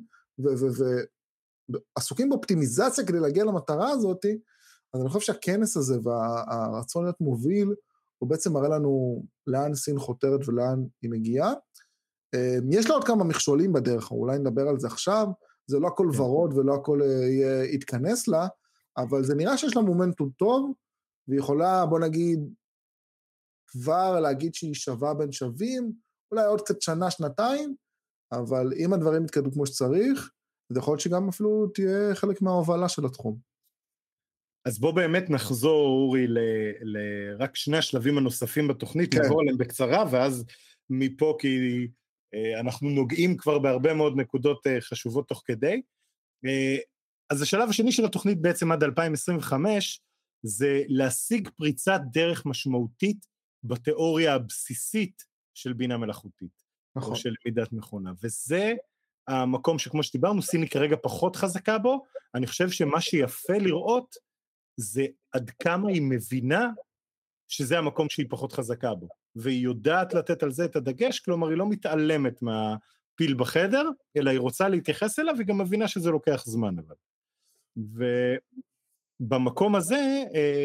ועסוקים באופטימיזציה כדי להגיע למטרה הזאת, אז אני חושב שהכנס הזה, והרצון להיות מוביל, הוא בעצם מראה לנו לאן סין חותרת ולאן היא מגיעה. יש לה עוד כמה מכשולים בדרך, אולי נדבר על זה עכשיו, זה לא הכל ורוד ולא הכל יתכנס לה, אבל זה נראה שיש לה מומנטום טוב, והיא יכולה, בוא נגיד, כבר להגיד שהיא שווה בין שווים, אולי עוד קצת שנה, שנתיים, אבל אם הדברים יתקדמו כמו שצריך, זה יכול להיות שגם אפילו תהיה חלק מההובלה של התחום. אז בוא באמת נחזור, אורי, לרק שני השלבים הנוספים בתוכנית, כן. נעבור עליהם בקצרה, ואז מפה, כי אנחנו נוגעים כבר בהרבה מאוד נקודות חשובות תוך כדי. אז השלב השני של התוכנית בעצם עד אלפיים עשרים וחמש, זה להשיג פריצת דרך משמעותית בתיאוריה הבסיסית של בינה מלאכותית, נכון. או של למידת מכונה, וזה המקום שכמו שדיברנו, סיני כרגע פחות חזקה בו, אני חושב שמה שיפה לראות, זה עד כמה היא מבינה, שזה המקום שהיא פחות חזקה בו, והיא יודעת לתת על זה את הדגש, כלומר היא לא מתעלמת מהפיל בחדר, אלא היא רוצה להתייחס אליו, והיא גם מבינה שזה לוקח זמן, אבל. ובמקום הזה,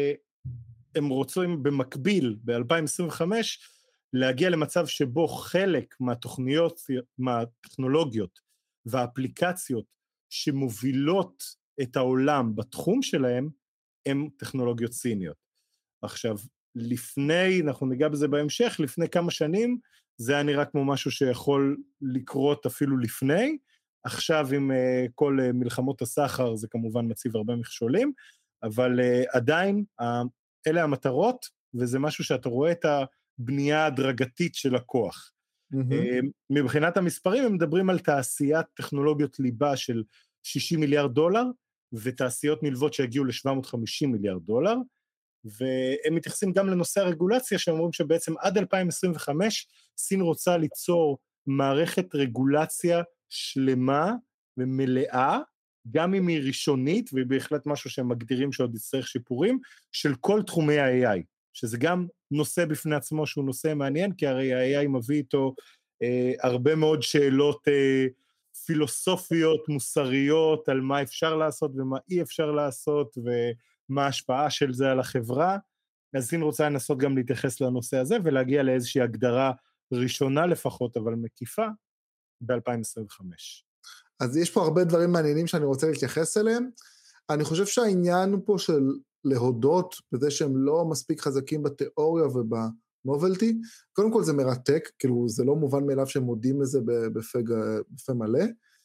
הם רוצים במקביל, ב-אלפיים עשרים וחמש, להגיע למצב שבו חלק מהתוכניות, מהטכנולוגיות, והאפליקציות שמובילות את העולם בתחום שלהם, הם טכנולוגיות סיניות. עכשיו, לפני, אנחנו ניגע בזה בהמשך, לפני כמה שנים, זה היה נראה כמו משהו שיכול לקרות אפילו לפני, עכשיו עם uh, כל uh, מלחמות הסחר, זה כמובן מציב הרבה מכשולים, אבל uh, עדיין, uh, אלה המטרות, וזה משהו שאתה רואה את הבנייה ההדרגתית של הכוח. Mm-hmm. Uh, מבחינת המספרים, הם מדברים על תעשיית טכנולוגיות ליבה של שישים מיליארד דולר, ותעשיות נלוות שהגיעו ל-שבע מאות וחמישים מיליארד דולר, והם מתייחסים גם לנושא הרגולציה, שאומרים שבעצם עד אלפיים עשרים וחמש, סין רוצה ליצור מערכת רגולציה שלמה ומלאה, גם אם היא ראשונית, והיא בהחלט משהו שהם מגדירים שעוד יצטרך שיפורים, של כל תחומי ה-איי איי, שזה גם נושא בפני עצמו שהוא נושא מעניין, כי הרי ה-איי איי מביא איתו אה, הרבה מאוד שאלות אה, פילוסופיות, מוסריות, על מה אפשר לעשות ומה אי אפשר לעשות, ומה ההשפעה של זה על החברה. אז סין רוצה לנסות גם להתייחס לנושא הזה, ולהגיע לאיזושהי הגדרה ראשונה לפחות, אבל מקיפה, ב-אלפיים עשרים וחמש. אז יש פה הרבה דברים מעניינים שאני רוצה להתייחס אליהם. אני חושב שהעניין הוא פה של להודות, בזה שהם לא מספיק חזקים בתיאוריה ובנובלטי. קודם כל זה מרתק, כאילו זה לא מובן מאליו שהם מודים לזה בפה, בפה מלא.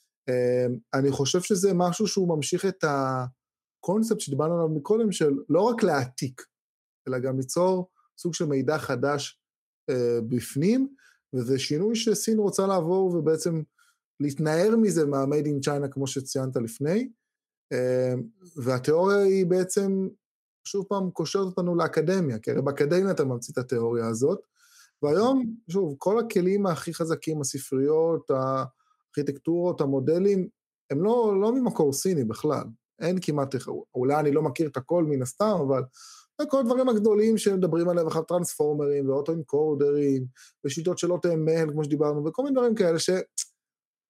אני חושב שזה משהו שהוא ממשיך את הקונספט שדיברנו עליו מקודם, של לא רק להעתיק, אלא גם ליצור סוג של מידע חדש בפנים, וזה שינוי שסין רוצה לעבור ובעצם להתנער מזה מה-Made in China כמו שציינת לפני, והתיאוריה היא בעצם שוב פעם קושרת אותנו לאקדמיה, כי הרי באקדמיה אתה ממציא את התיאוריה הזאת, והיום שוב כל הכלים הכי חזקים, הספריות, הארכיטקטורות, המודלים, הם לא, לא ממקור סיני בכלל, אין כמעט, אולי אני לא מכיר את הכל מן הסתם, אבל כל הדברים הגדולים שמדברים עליהם, אחר טרנספורמרים ואוטו-אינקורדרים, ושיטות של אוטו אם אל, כמו שדיברנו, וכל מיני דברים כאלה שהם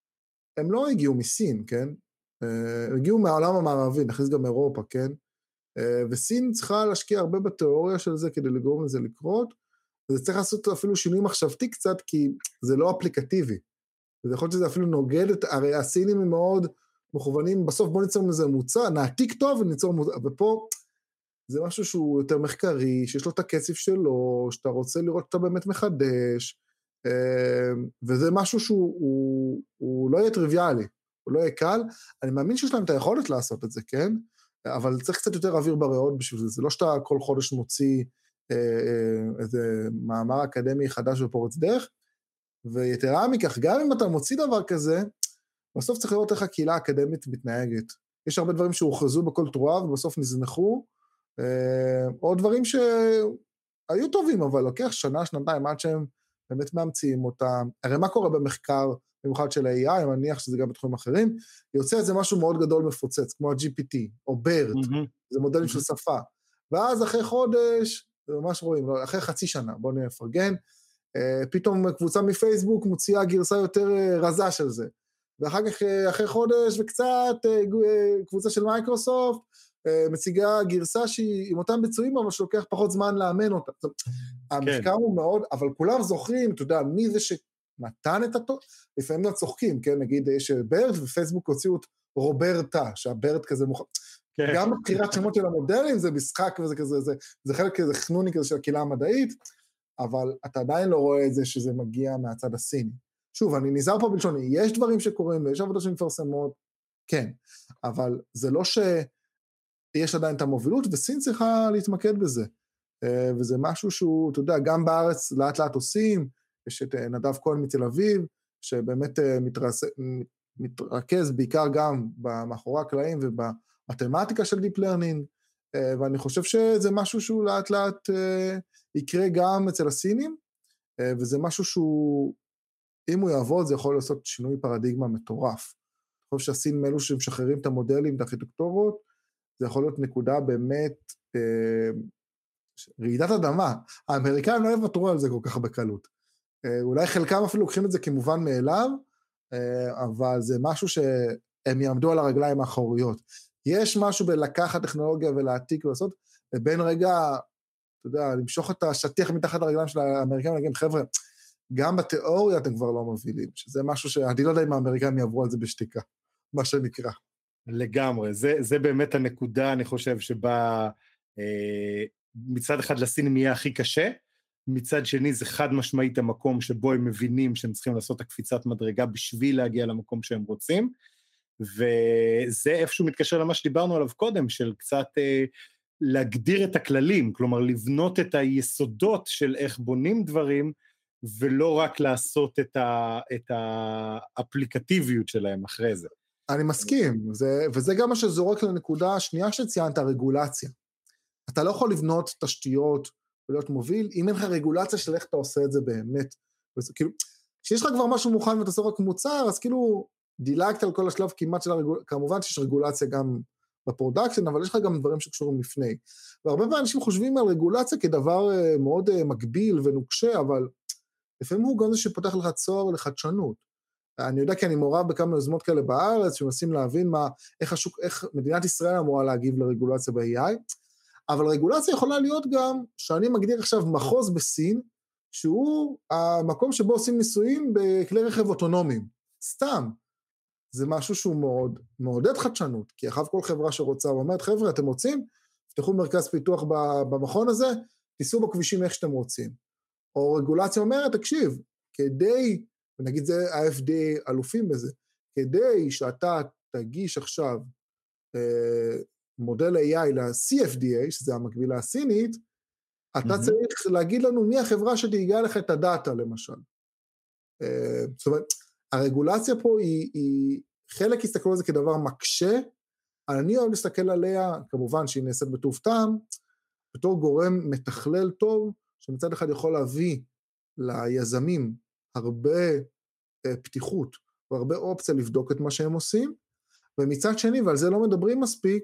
לא הגיעו מסין, כן? הם הגיעו מהעולם המערבי, נכניס גם אירופה, כן? וסין צריכה להשקיע הרבה בתיאוריה של זה, כדי לגרום לזה לקרות, וזה צריך לעשות אפילו שינוי מחשבתי קצת, כי זה לא אפליקטיבי. וזה יכול להיות שזה אפילו נוגד את, הרי הסינים הם מאוד מכוונים, בסוף בוא ניצור מזה מוצא, נעתיק טוב וניצור מוצא, ופה זה משהו שהוא יותר מחקרי, שיש לו את הקצב שלו, שאתה רוצה לראות שאתה באמת מחדש, וזה משהו שהוא הוא, הוא לא יהיה טריוויאלי, הוא לא יהיה קל, אני מאמין שיש להם את היכולת לעשות את זה, כן? אבל צריך קצת יותר אוויר בריאות בשביל זה, זה לא שאתה כל חודש מוציא איזה מאמר אקדמי חדש ופורץ דרך, ויתרה מכך, גם אם אתה מוציא דבר כזה, בסוף צריך לראות איך הקהילה האקדמית מתנהגת. יש הרבה דברים שהוכרזו בכל תרועה, ובסוף נזנחו, או דברים שהיו טובים, אבל לוקח שנה, שנתיים, עד שהם באמת מאמצים אותם. הרי מה קורה במחקר, במיוחד של ה-איי איי, אני מניח שזה גם בתחומים אחרים, יוצא איזה משהו מאוד גדול מפוצץ, כמו ה-ג'י פי טי, או בירד, mm-hmm. זה מודלים mm-hmm. של שפה. ואז אחרי חודש, זה ממש רואים, אחרי חצי שנה, בואו נפרגן, פתאום קבוצה מפייסבוק מוציאה גרסה יותר רזה של זה. ואחר כך, אחרי חודש וקצת, קבוצה של מייקרוסופט, מציגה גרסה שהיא עם אותם ביצועים, אבל שלוקח פחות זמן לאמן אותה. המחקר הוא מאוד, אבל כולם זוכרים, אתה יודע, מי זה שנתן את התו, לפעמים לא צוחקים, כן, נגיד, יש ברד, ופייסבוק הוציאו את רוברטה, שהברד כזה מוכן, גם בחירת שמות של המודלים, זה משחק וזה כזה, זה, זה חלק כזה חנוני כזה של הקהילה המדעית, אבל אתה עדיין לא רואה את זה שזה מגיע מהצד הסיני. שוב, אני נזהר פה בלשוני, יש דברים שקורים, ויש עבודה שמפרסמות, כן, אבל זה לא שיש עדיין את המובילות, וסין צריכה להתמקד בזה, וזה משהו שהוא, אתה יודע, גם בארץ לאט לאט עושים, יש את נדב כהן מתל אביב, שבאמת מתרס... מתרכז בעיקר גם במאחורי הקלעים ובמתמטיקה של Deep Learning, ואני חושב שזה משהו שהוא לאט לאט יקרה גם אצל הסינים, וזה משהו שהוא, אם הוא יעבוד, זה יכול לעשות שינוי פרדיגמה מטורף. אני חושב שהסינים אלו שמשחררים את המודלים, את הארכיטקטורות, זה יכול להיות נקודה באמת, רעידת אדמה. האמריקאים לא יוותרו על זה כל כך בקלות. אולי חלקם אפילו לוקחים את זה כמובן מאליו, אבל זה משהו שהם יעמדו על הרגליים האחוריות. יש משהו בלקחת טכנולוגיה ולהעתיק ולעשות, ובין רגע, אתה יודע, למשוך את השטיח מתחת הרגליים של האמריקאים, להגיד, חבר'ה, גם בתיאוריה אתם כבר לא מובילים, שזה משהו שאני לא יודע אם האמריקאים יעברו על זה בשתיקה, מה שנקרא. לגמרי, זה, זה באמת הנקודה, אני חושב, שבה אה, מצד אחד לסינים יהיה הכי קשה, מצד שני זה חד משמעית המקום שבו הם מבינים שהם צריכים לעשות הקפיצת מדרגה בשביל להגיע למקום שהם רוצים, וזה איפשהו מתקשר למה שדיברנו עליו קודם, של קצת אה, להגדיר את הכללים, כלומר לבנות את היסודות של איך בונים דברים, ולא רק לעשות את, ה, את האפליקטיביות שלהם אחרי זה. אני מסכים, זה, וזה גם מה שזורק לנקודה השנייה שציינת, הרגולציה. אתה לא יכול לבנות תשתיות ולהיות מוביל, אם אין לך רגולציה של איך אתה עושה את זה באמת. וזה, כאילו, כשיש לך כבר משהו מוכן ואתה עושה רק מוצר, אז כאילו דילגת על כל השלב כמעט של הרגולציה, כמובן שיש רגולציה גם בפרודקשן, אבל יש לך גם דברים שקשורים לפני. והרבה פעמים אנשים חושבים על רגולציה כדבר מאוד מגביל ונוקשה, אבל לפעמים הוא גם זה שפותח לך צוהר לחדשנות. אני יודע כי אני מעורב בכמה יוזמות כאלה בארץ, שמנסים להבין מה, איך, השוק, איך מדינת ישראל אמורה להגיב לרגולציה ב-איי איי, אבל רגולציה יכולה להיות גם, שאני מגדיר עכשיו מחוז בסין, שהוא המקום שבו עושים ניסויים בכלי רכב אוטונומיים. סתם. זה משהו שהוא מאוד, מעודד חדשנות, כי אחר כל חברה שרוצה, ואומרת, חבר'ה, אתם רוצים? תפתחו מרכז פיתוח במכון הזה, תיסעו בכבישים איך שאתם רוצים. או רגולציה אומרת, תקשיב, כדי, ונגיד זה ה-אף די איי אלופים בזה, כדי שאתה תגיש עכשיו אה, מודל איי איי ל-סי אף די איי, שזה המקבילה הסינית, אתה mm-hmm. צריך להגיד לנו מי החברה שתיגע לך את הדאטה, למשל. אה, זאת אומרת, הרגולציה פה היא, היא חלק יסתכלו על זה כדבר מקשה, אני אוהב להסתכל עליה, כמובן שהיא נעשית בטוב טעם, בתור גורם מתכלל טוב, שמצד אחד יכול להביא ליזמים הרבה אה, פתיחות, והרבה אופציה לבדוק את מה שהם עושים, ומצד שני, ועל זה לא מדברים מספיק,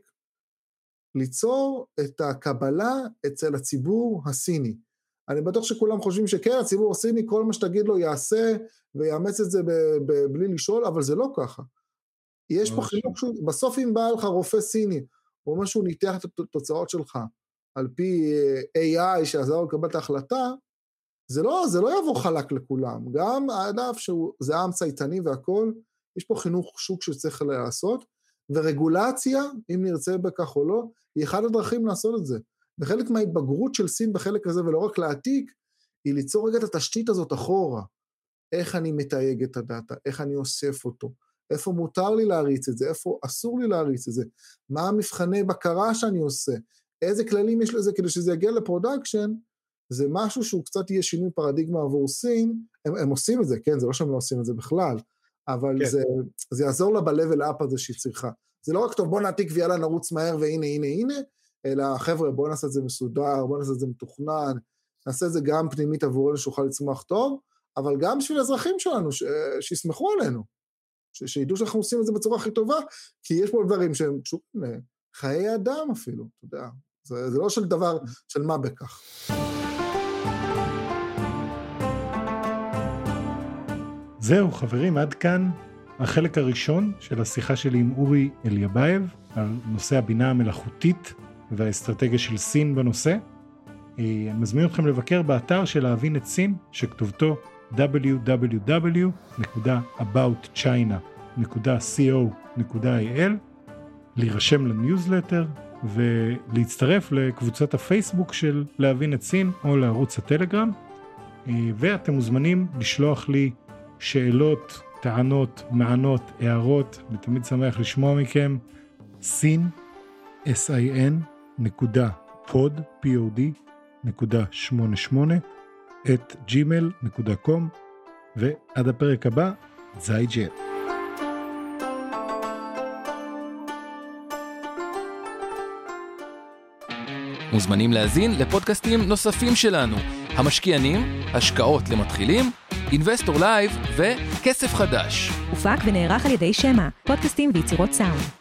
ליצור את הקבלה אצל הציבור הסיני. אני בטוח שכולם חושבים שכן, הציבור הסיני, כל מה שתגיד לו יעשה, ויאמץ את זה ב- ב- בלי לשאול, אבל זה לא ככה. יש פה חינוך, בסוף אם בא לך רופא סיני, הוא אומר שהוא ניתח את התוצאות שלך, על פי איי איי שעזר לקבל את ההחלטה, זה לא, זה לא יעבור חלק לכולם, גם הענף שזה עם צייתני והכל, יש פה חינוך שוק שצריך לעשות, ורגולציה, אם נרצה בכך או לא, היא אחד הדרכים לעשות את זה. וחלק מההתבגרות של סין בחלק הזה, ולא רק להעתיק, היא ליצור רגע את התשתית הזאת אחורה. איך אני מתייג את הדאטה, איך אני אוסף אותו, איפה מותר לי להריץ את זה, איפה אסור לי להריץ את זה, מה המבחני בקרה שאני עושה, איזה כללים יש לזה כדי שזה יגיע לפרודקשן, זה משהו שהוא קצת יהיה שינוי פרדיגמה עבור סין, הם, הם עושים את זה, כן, זה לא שהם לא עושים את זה בכלל, אבל כן. זה, זה יעזור לה ב-level up הזה שהיא צריכה. זה לא רק טוב, בוא נעתיק ויאללה נרוץ מהר והנה, הנה, הנה, אלא חבר'ה, בוא נעשה את זה מסודר, בוא נעשה את זה מתוכנן, נעשה את זה גם פנימית עבורנו שאוכל לצמח טוב, אבל גם בשביל האזרחים שלנו, ש... שיסמכו עלינו, ש... שידעו שאנחנו עושים את זה בצורה הכי טובה, כי יש פה דברים שהם קשורים לחיי אדם אפילו, אתה יודע, זה, זה לא של דבר של מה בכך. זהו חברים, עד כאן החלק הראשון של השיחה שלי עם אורי אליבייב, על נושא הבינה המלאכותית והאסטרטגיה של סין בנושא. אני מזמין אתכם לבקר באתר של להבין את סין, שכתובתו דאבליו דאבליו דאבליו נקודה אבאוט צ'יינה נקודה סי או נקודה איי אל, להירשם לניוזלטר ולהצטרף לקבוצת הפייסבוק של להבין את סין או לערוץ הטלגרם, ואתם מוזמנים לשלוח לי שאלות, טענות, מענות, הערות, אני תמיד שמח לשמוע מכם, סין, אס איי אן נקודה פוד, פי או די נקודה שמונה שמונה את ג'ימייל נקודה קום, ועד הפרק הבא, זי ג'ל. מוזמנים להזין לפודקאסטים נוספים שלנו, המשקיענים, השקעות למתחילים, אינבסטור לייב וכסף חדש. הופק ונערך על ידי שמה, פודקאסטים ויצירות סאונד.